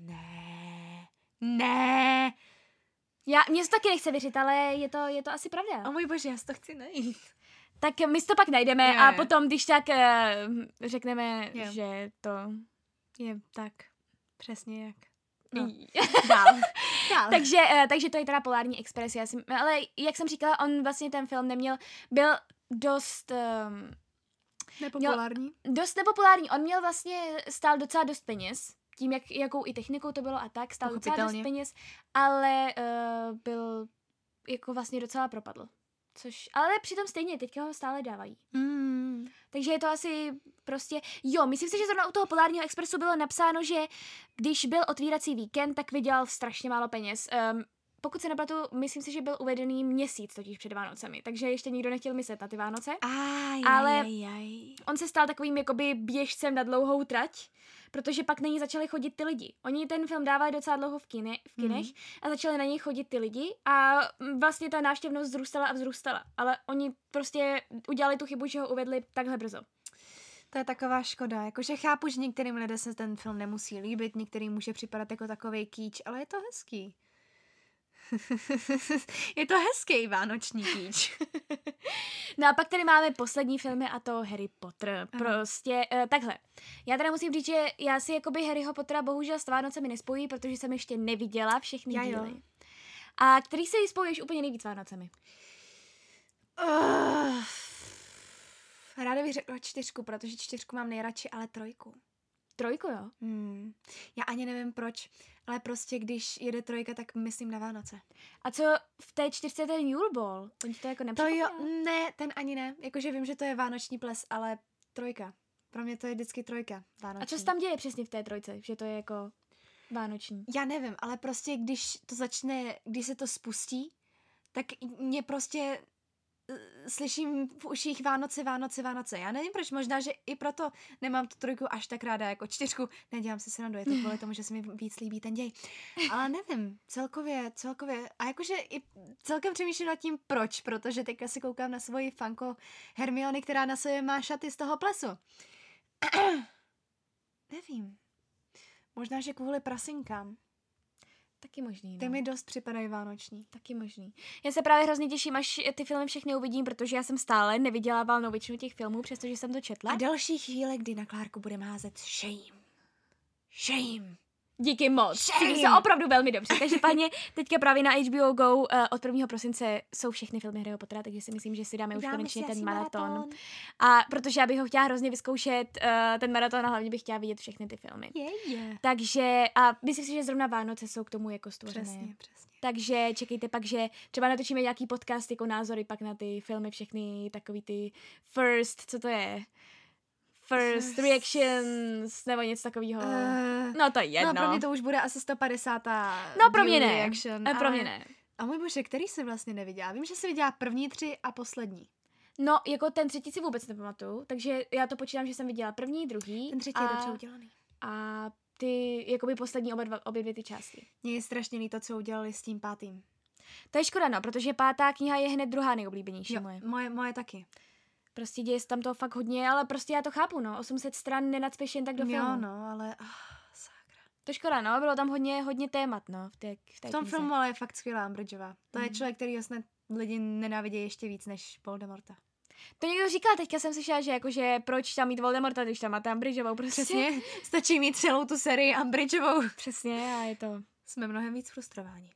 Ne. Mně se taky nechce věřit, ale je to asi pravda. O můj bože, já si to chci najít. Tak my si to pak najdeme a potom, když tak řekneme, že to je tak přesně jak. No. Dál. Takže to je teda Polární Express. Ale jak jsem říkala, on vlastně ten film byl dost... nepopulární. Dost nepopulární. On měl vlastně, stál docela dost peněz. Tím, jakou i technikou to bylo a tak, stál docela dost peněz, ale byl jako vlastně docela propadl. Ale přitom stejně, teďka ho stále dávají. Takže je to asi prostě... Jo, myslím si, že zrovna u toho Polárního expresu bylo napsáno, že když byl otvírací víkend, tak vydělal strašně málo peněz. Pokud se nepletu, myslím si, že byl uvedený měsíc totiž před Vánocemi, takže ještě nikdo nechtěl myslet na ty Vánoce. Ale on se stal takovým jakoby běžcem na dlouhou trať, protože pak na ní začali chodit ty lidi. Oni ten film dávali docela dlouho v kinech a začali na něj chodit ty lidi a vlastně ta návštěvnost vzrůstala a vzrůstala. Ale oni prostě udělali tu chybu, že ho uvedli takhle brzo. To je taková škoda, jakože chápu, že některým lidem se ten film nemusí líbit, některým může připadat jako takovej kýč, ale je to hezký. Je to hezký vánoční kýč. No a pak tady máme poslední filmy a to Harry Potter. Prostě takhle. Já teda musím říct, že já si jakoby Harryho Pottera bohužel s Vánocemi nespojí, protože jsem ještě neviděla všechny díly. A který si spojíš úplně nejvíc s Vánocemi? Ráda bych řekla 4, protože 4 mám nejradši, ale 3. 3, jo? Já ani nevím proč, ale prostě když jede 3, tak myslím na Vánoce. A co v té 4 ten Yule Ball? Oni to jako To nepřipomíná? jo, ne, ten ani ne. Jakože vím, že to je vánoční ples, ale 3. Pro mě to je vždycky 3 vánoční. A co se tam děje přesně v té 3, že to je jako vánoční? Já nevím, ale prostě když se to spustí, tak mě prostě slyším v uších Vánoce. Já nevím proč, možná, že i proto nemám tu 3 až tak ráda jako 4. Nedělám si srandu, je to kvůli tomu, že se mi víc líbí ten děj. Ale nevím, celkově. A jakože i celkem přemýšlím nad tím proč, protože teďka si koukám na svoji fanko Hermiony, která na sobě má šaty z toho plesu. Nevím. Možná, že kvůli prasinkám. Taky možný, no. Ty mi dost připadají vánoční. Taky možný. Já se právě hrozně těším, až ty filmy všechny uvidím, protože já jsem stále neviděla valnou většinu těch filmů, přestože jsem to četla. A další chvíle, kdy na Klárku budeme házet shame. Díky moc. Shame. Cítím se opravdu velmi dobře. Každopádně teďka právě na HBO Go od 1. prosince jsou všechny filmy Harryho Pottera, takže si myslím, že si dáme už konečně ten maraton. A protože já bych ho chtěla hrozně vyzkoušet, ten maraton, a hlavně bych chtěla vidět všechny ty filmy. Yeah. Takže a myslím si, že zrovna Vánoce jsou k tomu jako stvořené. Přesně. Takže čekejte pak, že třeba natočíme nějaký podcast jako názory pak na ty filmy, všechny takový ty first, co to je? First reactions, nebo něco takového. No to je jedno. No pro mě to už bude asi 150. No pro mě ne. Reaction, Pro mě ne. A můj bože, který jsi vlastně neviděla? Vím, že jsi viděla první 3 a poslední. No, jako ten 3 si vůbec nepamatuju, takže já to počítám, že jsem viděla první, druhý. Ten 3 je dobře udělaný. A ty, jakoby poslední obě dvě ty části. Mně je strašně líto, co udělali s tím 5. To je škoda, no, protože 5. kniha je hned druhá nejoblíbenější moje taky. Prostě děje se tam toho fakt hodně, ale prostě já to chápu, no. 800 stran nenacpeš jen tak do filmu. Jo, no, ale sakra. To škoda, no, bylo tam hodně témat, no, v tom filmu ale je fakt skvělá Umbridgeová. To je člověk, který snad lidi nenávidějí ještě víc než Voldemorta. To někdo říkal, teďka jsem slyšela, že jakože proč tam mít Voldemorta, když tam máte Umbridgeovou, prostě. Přesně, stačí mít celou tu sérii Umbridgeovou. Přesně, a je to. Jsme mnohem víc frustrováni.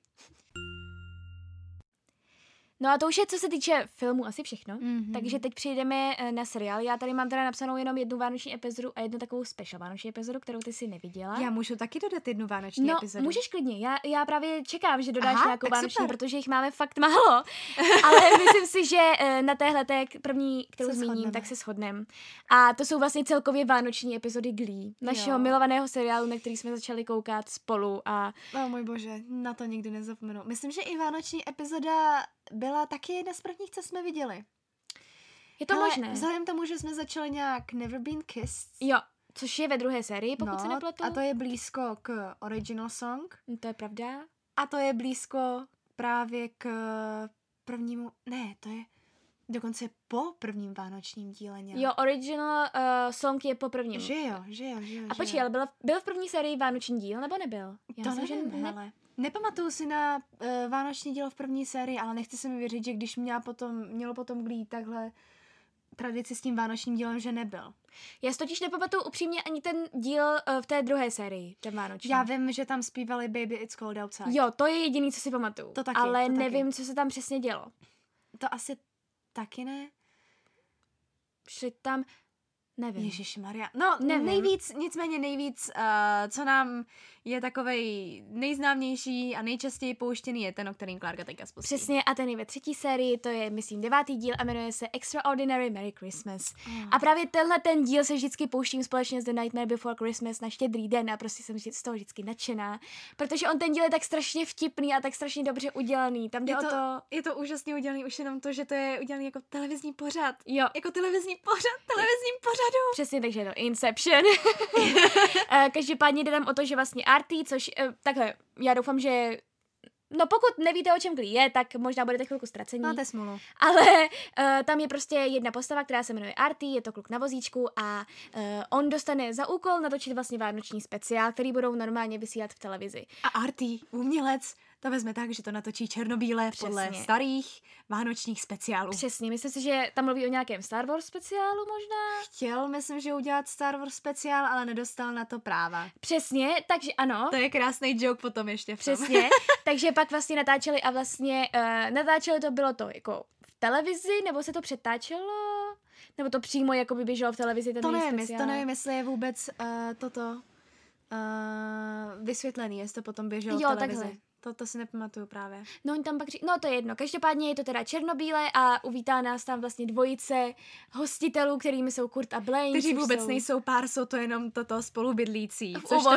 No a to už je, co se týče filmu, asi všechno. Takže teď přejdeme na seriál. Já tady mám teda napsanou jenom jednu vánoční epizodu a jednu takovou special vánoční epizodu, kterou ty si neviděla. Já můžu taky dodat jednu vánoční epizodu. No, můžeš klidně. Já právě čekám, že dodáš nějakou vánoční, super. Protože jich máme fakt málo. Ale myslím si, že na téhle první, kterou zmíním, tak se shodneme. A to jsou vlastně celkově vánoční epizody Glee, našeho milovaného seriálu, na který jsme začali koukat spolu. A můj bože, na to nikdy nezapomenu. Myslím, že i vánoční epizoda byla taky jedna z prvních, co jsme viděli. Je to možné. Vzhledem tomu, že jsme začali nějak Never Been Kissed. Jo, což je ve druhé sérii, pokud se nepletu. A to je blízko k Original Song. To je pravda. A to je blízko právě k prvnímu, ne, to je dokonce po prvním vánočním díle nějak. Jo, Original Song je po prvním. Že jo. A počkej, ale byl v první sérii vánoční díl, nebo nebyl? Já to nevím, hele. Nepamatuju si na vánoční díl v první sérii, ale nechci se mi věřit, že když mělo potom Glee takhle tradici s tím vánočním dílem, že nebyl. Já si totiž nepamatuju upřímně ani ten díl v té druhé sérii, ten vánoční. Já vím, že tam zpívali Baby It's Cold Outside. Jo, to je jediný, co si pamatuju. To taky, ale to nevím, taky. Co se tam přesně dělo. To asi taky ne. Šli tam, nevím. Ježišmarja. No, nevím. Nicméně nejvíc, co nám je takovej nejznámější a nejčastěji pouštěný, je ten, o kterým Klárka teďka spustí. Přesně, a ten je ve třetí sérii, to je, myslím, 9. díl a jmenuje se Extraordinary Merry Christmas. A právě tenhle ten díl se vždycky pouštím společně s The Nightmare Before Christmas na Štědrý den a prostě jsem z toho vždycky nadšená, protože on ten díl je tak strašně vtipný a tak strašně dobře udělaný. Tam jde je to úžasně udělaný, už jenom to, že to je udělaný jako televizní pořad. Jo. Jako televizním pořadu. Přesně, takže je to Inception. Každopádně jde tam o to, že vlastně Artie, což takhle, já doufám, že pokud nevíte, o čem Glee je, tak možná budete chvilku ztracení. Máte smůlu. Ale tam je prostě jedna postava, která se jmenuje Artie, je to kluk na vozíčku a on dostane za úkol natočit vlastně vánoční speciál, který budou normálně vysílat v televizi. A Artie, umělec, to vezme tak, že to natočí černobíle podle starých vánočních speciálů. Přesně, myslím si, že tam mluví o nějakém Star Wars speciálu možná. Chtěl, myslím, že udělat Star Wars speciál, ale nedostal na to práva. Přesně, takže ano. To je krásný joke potom ještě v tom. Přesně, takže pak vlastně natáčeli a vlastně natáčeli to, bylo to jako v televizi, nebo se to přetáčelo? Nebo to přímo jako by běželo v televizi, ten To její nevím, speciál. to nevím, jestli je vůbec toto vysvětlený, jestli to potom běželo v televizi. Takhle. To si nepamatuju právě. No, oni tam pak no to je jedno. Každopádně je to teda černobílé a uvítá nás tam vlastně dvojice hostitelů, kterými jsou Kurt a Blaine. Kteří vůbec jsou... nejsou pár, jsou to jenom toto spolubydlící.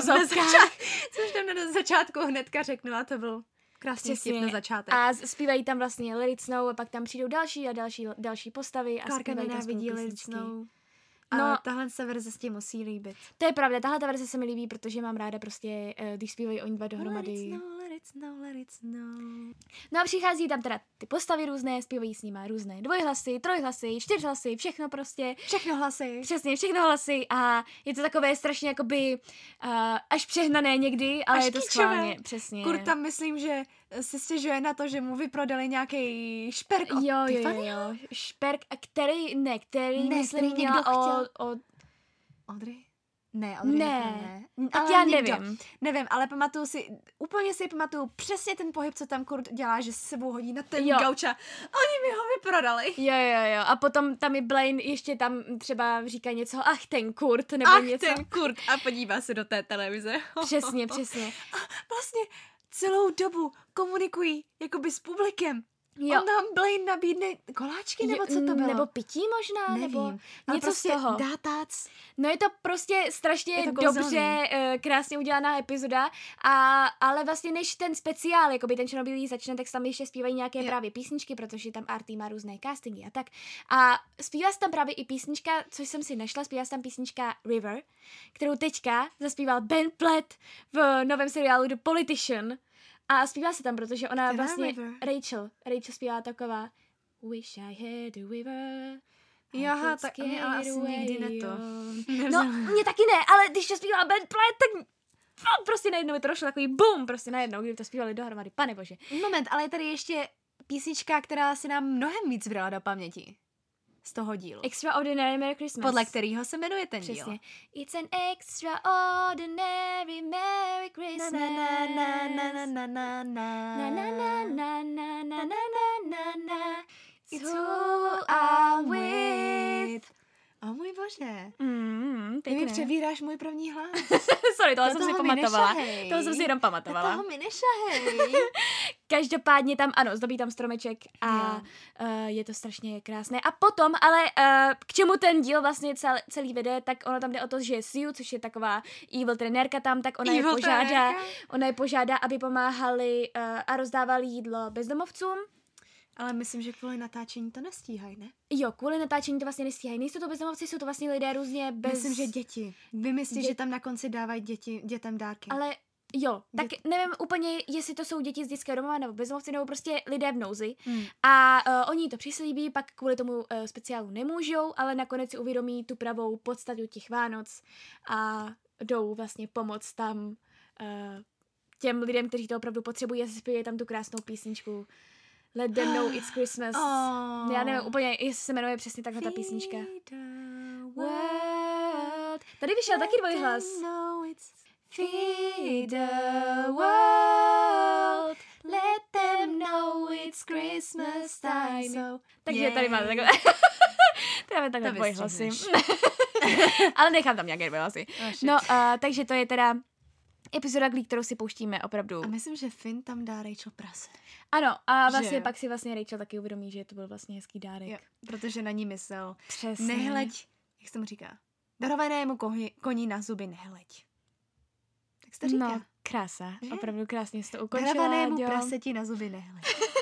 Což tam na začátku hnedka řeknu a to byl krásný vtip na začátek. A zpívají tam vlastně Let It Snow a pak tam přijdou další a další postavy a Klárka zpívají tam nenávidí spolu Let It písničky. Snow. No, Ale tahle se verze s tím musí líbit. to je pravda, tahle ta verze se mi líbí, protože mám ráda prostě, když zpívají oni dva dohromady. Let it snow, let it snow, let it snow. No a přichází tam teda ty postavy různé, zpívají s nima různé dvojhlasy, trojhlasy, čtyřhlasy, všechno prostě. Všechno hlasy. Přesně, všechno hlasy a je to takové strašně jakoby až přehnané někdy, ale Až je to kýčové. schválně, přesně. Kurt tam myslím, že si stěžuje na to, že mu vyprodali nějaký šperk od Jo, Tiffanyho. šperk, a který Ne, myslím který někdo měla chtěl. od Audrey? Ne, Audrey Ne. ne. Tak Ale já někdo. nevím. Nevím, ale úplně si pamatuju přesně ten pohyb, co tam Kurt dělá, že se sebou hodí na ten Jo. gauč a oni mi ho vyprodali. Jo. A potom tam i Blaine ještě tam třeba říká něco, ach ten Kurt, nebo Ach, něco. ten Kurt a podívá se do té televize. Přesně. Vlastně celou dobu komunikují jakoby s publikem. Jo. On nám Blaine nabídne koláčky, nebo co to bylo? Nebo pití možná, Nevím. nebo Ale něco prostě z toho. dá tác. No je to prostě strašně Je to kouzelný. dobře, krásně udělaná epizoda, ale vlastně než ten speciál, jakoby ten černobílý začne, tak tam ještě zpívají nějaké právě písničky, protože tam Artie má různé castingy a tak. A zpívá se tam právě i písnička, což jsem si našla, zpívá se tam písnička River, kterou teďka zaspíval Ben Platt v novém seriálu The Politician. A zpívá se tam, protože ona Která vlastně, River? Rachel zpívá taková Wish I had a river. Jaha, tak mě ale asi nikdy ne to. No, mě taky ne, ale když to zpíval Ben Platt, tak prostě najednou mi to došlo takový boom, prostě najednou, kdyby to zpívali dohromady, pane bože. Moment, ale je tady ještě písnička, která si nám mnohem víc vrala do paměti. Z toho dílu. Extraordinary Merry Christmas. Podle kterého se jmenuje ten díl. Přesně. It's an extraordinary Merry Christmas. Na na na na na na na Na na na na na na na na na. It's who I'm with. O můj bože. Ty mi Pěkné. přebíráš můj první hlas. Sorry, tohle Do jsem si toho mi pamatovala. nešahej. Tohle jsem si jenom Do pamatovala. toho mi nešahej. Každopádně tam, ano, zdobí tam stromeček a je to strašně krásné. A potom, ale k čemu ten díl vlastně celý vede, tak ono tam jde o to, že Sue, což je taková evil trenérka tam, tak ona je požádá, aby pomáhali a rozdávali jídlo bezdomovcům. Ale myslím, že kvůli natáčení to nestíhají, ne? Jo, kvůli natáčení to vlastně nestíhají. Nejsou to bezdomovci, jsou to vlastně lidé různě bez... Myslím, že děti. Vymyslí, že tam na konci dávají dětem dárky. Ale jo, tak nevím úplně, jestli to jsou děti z dětského domova nebo bezdomovci, nebo prostě lidé v nouzi. A oni to přislíbí, pak kvůli tomu speciálu nemůžou, ale nakonec si uvědomí tu pravou podstatu těch Vánoc a jdou vlastně pomoct tam těm lidem, kteří to opravdu potřebují a zpívají tam tu krásnou písničku Let them know it's Christmas. Já nevím úplně, jestli se jmenuje přesně takhle ta písnička. World. Tady vyšel taky dvojhlas. Feed the world, let them know it's Christmas time. Takže tady máme takhle. Tady máme takhle dvojhlasy. Ale nechám tam nějaké dvojhlasy. No, takže to je teda epizoda, kterou si pouštíme opravdu. A myslím, že Finn tam dá Rachel prase. Ano, a vlastně pak si vlastně Rachel taky uvědomí, že to byl vlastně hezký dárek. Jo, protože na ní myslel. Přesně. Nehleď, jak se tomu říká, darovanému koni na zuby nehleď. Tak se to říká. No, krása. Že? Opravdu krásně jsi to ukončila. Darovanému praseti na zuby nehleď.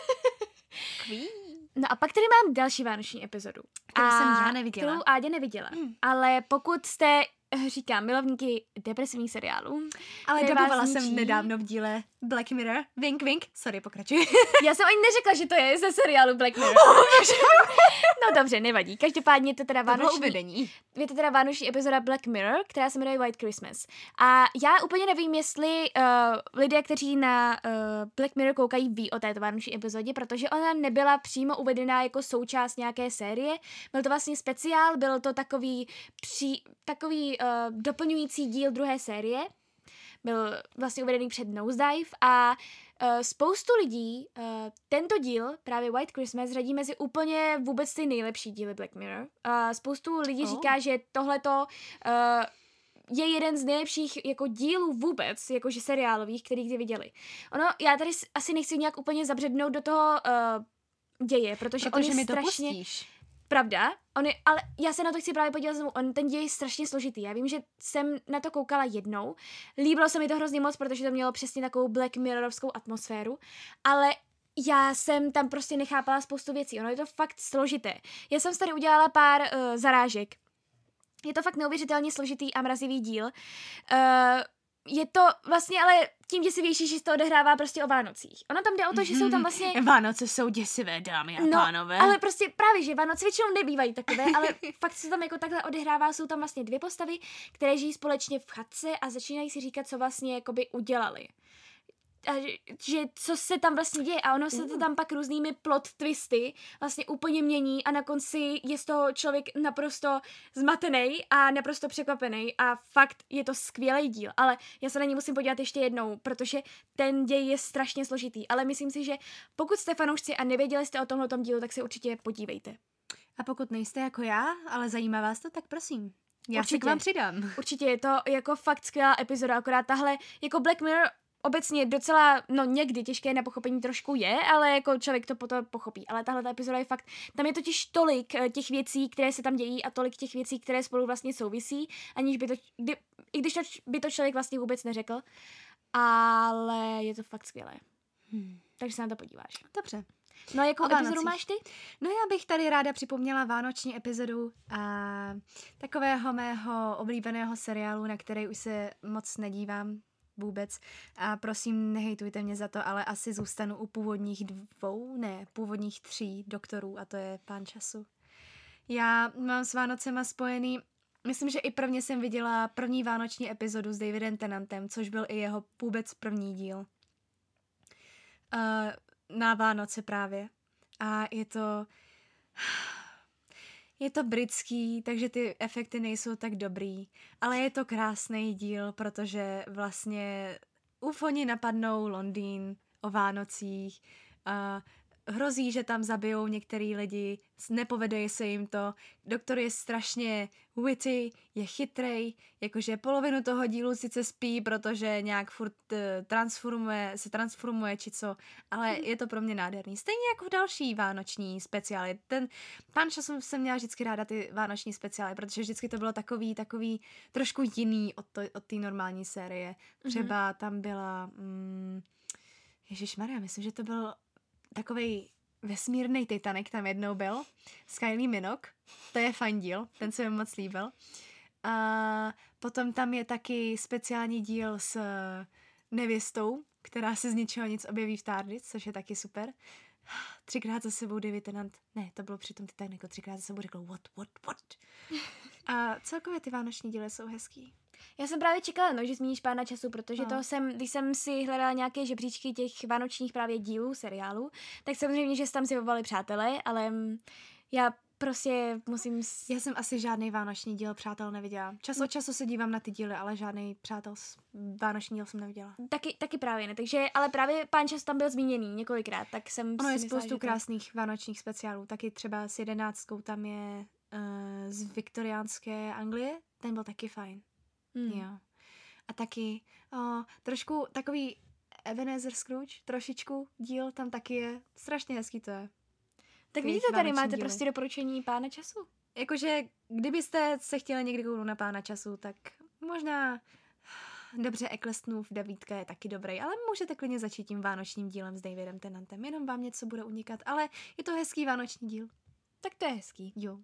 No a pak tady mám další vánoční epizodu. Kterou jsem já neviděla. Kterou Ádě neviděla. Ale pokud jste, říkám, milovníky depresivních seriálů. Ale dobovala jsem nedávno v díle Black Mirror. Wink, wink. Sorry, pokračuj. Já jsem ani neřekla, že to je ze seriálu Black Mirror. No dobře, nevadí. Každopádně je to teda vánoční epizoda Black Mirror, která se jmenuje White Christmas. A já úplně nevím, jestli lidé, kteří na Black Mirror koukají, ví o této vánoční epizodě, protože ona nebyla přímo uvedená jako součást nějaké série. Byl to vlastně speciál, byl to takový doplňující díl druhé série. byl vlastně uvedený před Nosedive a spoustu lidí tento díl, právě White Christmas, řadí mezi úplně vůbec ty nejlepší díly Black Mirror. Spoustu lidí říká, že tohleto je jeden z nejlepších jako dílů vůbec, jakože seriálových, který kdy viděli. Ono, já tady asi nechci nějak úplně zabřednout do toho děje, protože on je mi to strašně... pustíš. Pravda, ale já se na to chci právě podívat znovu, ten děj je strašně složitý. Já vím, že jsem na to koukala jednou, líbilo se mi to hrozně moc, protože to mělo přesně takovou Black Mirrorovskou atmosféru, ale já jsem tam prostě nechápala spoustu věcí, ono je to fakt složité. Já jsem tady udělala pár zarážek. Je to fakt neuvěřitelně složitý a mrazivý díl. Je to vlastně ale tím děsivější, že se to odehrává prostě o Vánocích. Ono tam jde o to, že jsou tam vlastně... Vánoce jsou děsivé, dámy a pánové. Ale prostě právě, že Vánoce většinou nebývají takové, ale fakt se tam jako takhle odehrává, jsou tam vlastně dvě postavy, které žijí společně v chatce a začínají si říkat, co vlastně jakoby udělali. A že co se tam vlastně děje a ono se to tam pak různými plot twisty vlastně úplně mění a na konci je z toho člověk naprosto zmatený a naprosto překvapený a fakt je to skvělý díl, ale já se na ní musím podívat ještě jednou, protože ten děj je strašně složitý, ale myslím si, že pokud jste fanoušci a nevěděli jste o tomhletom dílu, tak se určitě podívejte. A pokud nejste jako já, ale zajímá vás to, tak prosím. Já se k vám přidám. Určitě je to jako fakt skvělá epizoda, akorát tahle jako Black Mirror obecně docela, někdy těžké na pochopení trošku je, ale jako člověk to potom pochopí. Ale tahle epizoda je fakt, tam je totiž tolik těch věcí, které se tam dějí a tolik těch věcí, které spolu vlastně souvisí, aniž by to, i když by to člověk vlastně vůbec neřekl, ale je to fakt skvělé. Takže se na to podíváš. Dobře. No a jakou epizodu máš ty? No já bych tady ráda připomněla vánoční epizodu takového mého oblíbeného seriálu, na který už se moc nedívám vůbec. A prosím, nehejtujte mě za to, ale asi zůstanu u původních 3 doktorů a to je Pán času. Já mám s Vánocema spojený, myslím, že i prvně jsem viděla první vánoční epizodu s Davidem Tennantem, což byl i jeho vůbec první díl. Na Vánoce právě. A je to britský, takže ty efekty nejsou tak dobrý, ale je to krásný díl, protože vlastně ufoni napadnou Londýn o Vánocích, hrozí, že tam zabijou některý lidi, nepovede se jim to, doktor je strašně witty, je chytrej, jakože polovinu toho dílu sice spí, protože nějak furt se transformuje či co, ale je to pro mě nádherný. Stejně jako v další vánoční speciály. Ten Pán času jsem měla vždycky ráda ty vánoční speciály, protože vždycky to bylo takový trošku jiný od té normální série. Třeba tam byla ježišmarja, myslím, že to byl takovej vesmírný Titanic tam jednou byl, s Kylie Minogue, to je fajn díl, ten se mi moc líbil. A potom tam je taky speciální díl s nevěstou, která se z ničeho nic objeví v TARDIS, což je taky super. 3krát za sebou David Tennant, ne, to bylo při tom Titanicu, 3krát za sebou řekl what. A celkově ty vánoční díly jsou hezký. Já jsem právě čekala, že zmíníš Pána času, protože když jsem si hledala nějaké žebříčky těch vánočních právě dílů, seriálů, tak samozřejmě, že se tam zjevovali přátelé, ale já prostě musím... Já jsem asi žádný vánoční díl přátel neviděla. Čas od času se dívám na ty díly, ale žádný vánoční díl jsem neviděla. Taky právě ne, takže, ale právě Pán čas tam byl zmíněný několikrát, tak jsem Ono je spoustu krásných vánočních speciálů, taky třeba s 11 tam je z viktoriánské Anglie, ten byl taky fajn. Jo. A taky trošku takový Ebenezer Scrooge, trošičku díl tam taky je. Strašně hezký to je. Tak vidíte, tady máte prostě doporučení Pána času. Jakože, kdybyste se chtěli někdy kouknout na Pána času, tak možná dobře Ecclestonův Davídka je taky dobrý, ale můžete klidně začít tím vánočním dílem s Davidem Tennantem. Jenom vám něco bude unikat, ale je to hezký vánoční díl. Tak to je hezký. Jo.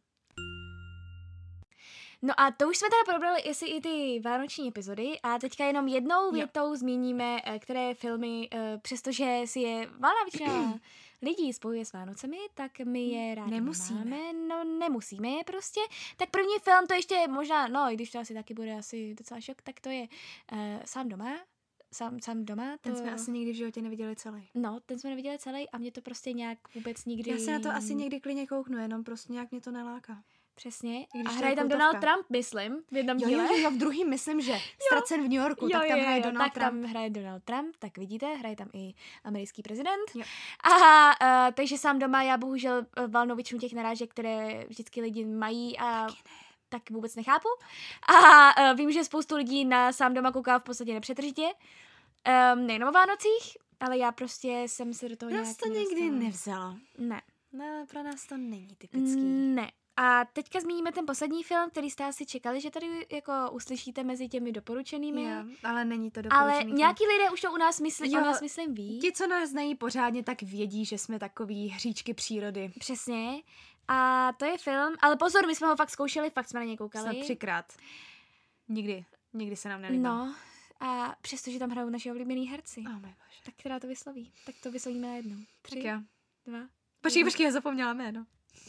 No a to už jsme teda probrali jestli i ty vánoční epizody a teďka jenom jednou větou zmíníme, které filmy, přestože si je valná většina lidí spojuje s Vánocemi, tak my je rádi nemáme. No nemusíme je prostě. Tak první film to ještě možná, i když to asi taky bude asi docela šok, tak to je Sám doma. Sám doma. Ten jsme asi nikdy v životě neviděli celý. No, ten jsme neviděli celý a mě to prostě nějak vůbec nikdy... Já se na to asi někdy klidně kouknu, jenom prostě nějak mě to neláká. Přesně. Když A to je hraje tam kultovka. Donald Trump, myslím, v jednom díle. Jo, v druhým myslím, že Ztracen v New Yorku, tak tam hraje Donald tak Trump. tam hraje Donald Trump, tak vidíte, hraje tam i americký prezident. Jo. A takže sám doma já bohužel valnou většinu těch narážek, které vždycky lidi mají a tak vůbec nechápu. A vím, že spoustu lidí na sám doma kouká v podstatě nepřetržitě. Nejenom o Vánocích, ale já prostě jsem se do toho nějak Nás to nikdy nevzalo. Ne. No, pro nás to není typický. Ne. A teďka zmíníme ten poslední film, který jste asi čekali, že tady jako uslyšíte mezi těmi doporučenými. Jo, ale není to doporučený. Ale nějaký lidé už to u nás myslí, o nás myslím ví. Ti, co nás znají pořádně, tak vědí, že jsme takový hříčky přírody. Přesně. A to je film, ale pozor, my jsme ho fakt zkoušeli, fakt jsme na něj koukali. Snad 3krát. Nikdy se nám nelíbil. No, a přestože tam hrajou naši oblíbený herci. Oh, můj bože. Tak která to vysloví? Tak to vyslovíme najednou. 3, Tak jo. 2. Počkej, já zapomněla jméno.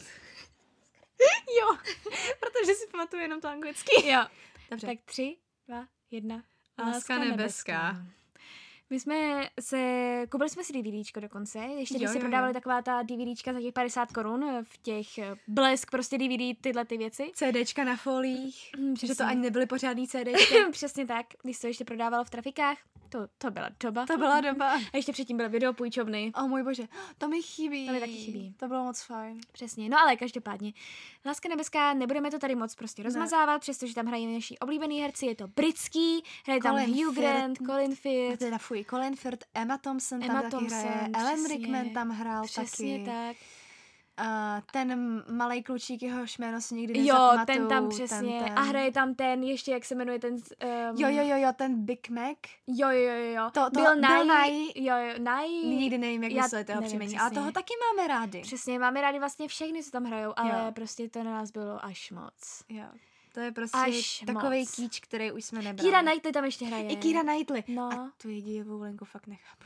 Jo, protože si pamatuju jenom to anglicky. Jo. Dobře. Tak 3, 2, 1. Láska nebeská. My jsme koupili jsme si DVDčko dokonce, ještě když Jo, se jo, prodávali jo. taková ta DVDčka za těch 50 korun v těch Blesk prostě DVD, tyhle ty věci. CDčka na folích, Přesně. že to ani nebyly pořádný CDčka. Přesně tak, když se to ještě prodávalo v trafikách, to byla doba. To byla doba. A ještě předtím byly videopůjčovny. O můj bože, to mi chybí. To mi taky chybí. To bylo moc fajn. Přesně, no ale každopádně. Láska nebeská, nebudeme to tady moc prostě rozmazávat, přestože tam hrají naši oblíbený herci, je to britský, hraje tam Colin Hugh Grant, Colin Firth, Teda Colin Firth, Emma Thompson Emma tam taky Thompson, hraje, Alan přesně. Rickman tam hrál přesně taky. tak. Ten malej klučík, jehož jméno si nikdy Jo, nezapamatuju. ten tam přesně. Ten. A hraje tam ten, ještě jak se jmenuje ten... Jo, ten Big Mac. Jo. To Bill Nye. Nye. Jo, Nye. Nikdy nevím, jak Já vyslovit jeho nevím příjmení, přesně. ale toho taky máme rádi. Přesně, máme rádi vlastně všechny, co tam hrajou, ale Jo. prostě to na nás bylo až moc. Jo. To je prostě Až takovej moc. kýč, který už jsme nebrali. Keira Knightley tam ještě hraje. I Keira Knightley. No. A tu jedivou linku fakt nechápu.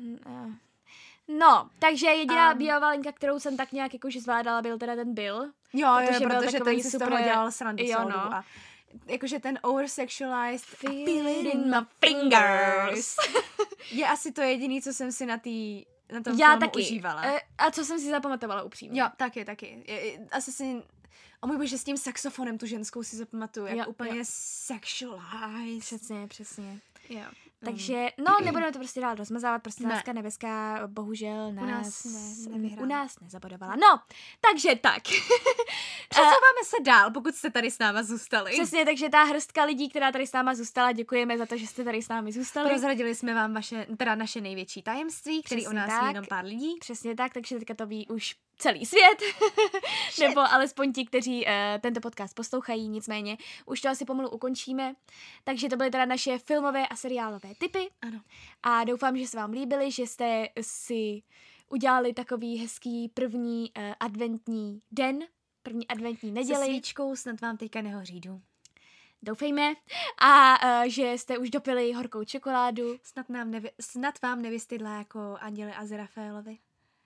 No, takže jediná bílá linka, kterou jsem tak nějak jakože zvládala, byl teda ten Bill. Jo, Protože byl protože takový ten si z toho super- dělal srandu jo, celou no. dobu. A jakože ten oversexualized Feel it in my fingers. je asi to jediný, co jsem si na tom Já filmu taky. užívala. A co jsem si zapamatovala upřímně. Jo, taky. Asi si... O můj bože, s tím saxofonem tu ženskou si zapamatuju, jak Jo, úplně jo. sexualized. Přesně. Jo. Takže, no, nebudeme to prostě dál rozmazávat, prostě Ne. Láska nebeská bohužel nás nevyhrála. u nás nezabodovala. No, takže tak. Přesouváme se dál, pokud jste tady s náma zůstali. Přesně, takže ta hrstka lidí, která tady s náma zůstala, děkujeme za to, že jste tady s námi zůstali. Prozradili jsme vám naše největší tajemství, který Přesně o nás tak. ví jenom pár lidí. Přesně tak, takže teďka to ví už celý svět, nebo alespoň ti, kteří tento podcast poslouchají, nicméně už to asi pomalu ukončíme. Takže to byly teda naše filmové a seriálové tipy. Ano. A doufám, že se vám líbily, že jste si udělali takový hezký první adventní den, první adventní Se neděli. svíčkou snad vám teďka nehoří dům. Doufejme. A že jste už dopili horkou čokoládu. Snad vám nevystydla jako Anděli Azrafaelovi.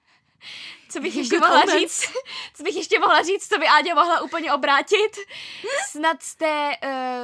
Co bych ještě mohla říct? Co bych ještě mohla říct, co by Áďa mohla úplně obrátit? Snad jste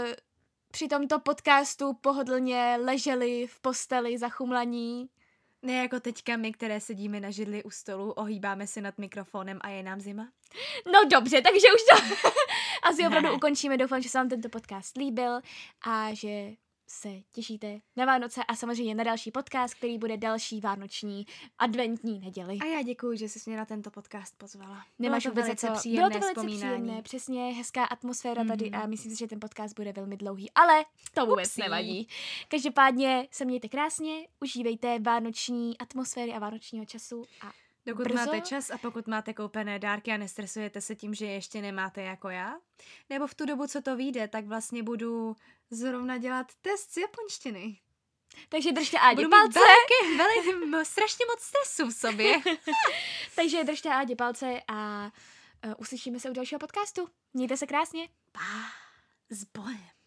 při tomto podcastu pohodlně leželi v posteli zachumlaní. Ne jako teďka my, které sedíme na židli u stolu, ohýbáme se nad mikrofonem a je nám zima. No dobře, takže už to asi opravdu ukončíme. Doufám, že se vám tento podcast líbil a že se těšíte na Vánoce a samozřejmě na další podcast, který bude další vánoční adventní neděli. A já děkuji, že jsi mě na tento podcast pozvala. Nemáš Bylo to vůbec velice za co. příjemné Bylo to velice vzpomínání. příjemné, přesně, hezká atmosféra tady a myslím si, že ten podcast bude velmi dlouhý, ale to vůbec Upsí. nevadí. Každopádně se mějte krásně, užívejte vánoční atmosféry a vánočního času a Dokud brzo. máte čas a pokud máte koupené dárky a nestresujete se tím, že je ještě nemáte jako já, nebo v tu dobu, co to vyjde, tak vlastně budu zrovna dělat test z japonštiny. Takže držte Ádě Budu palce. mít strašně moc stresu v sobě. Takže držte Ádě palce a uslyšíme se u dalšího podcastu. Mějte se krásně. S bojem.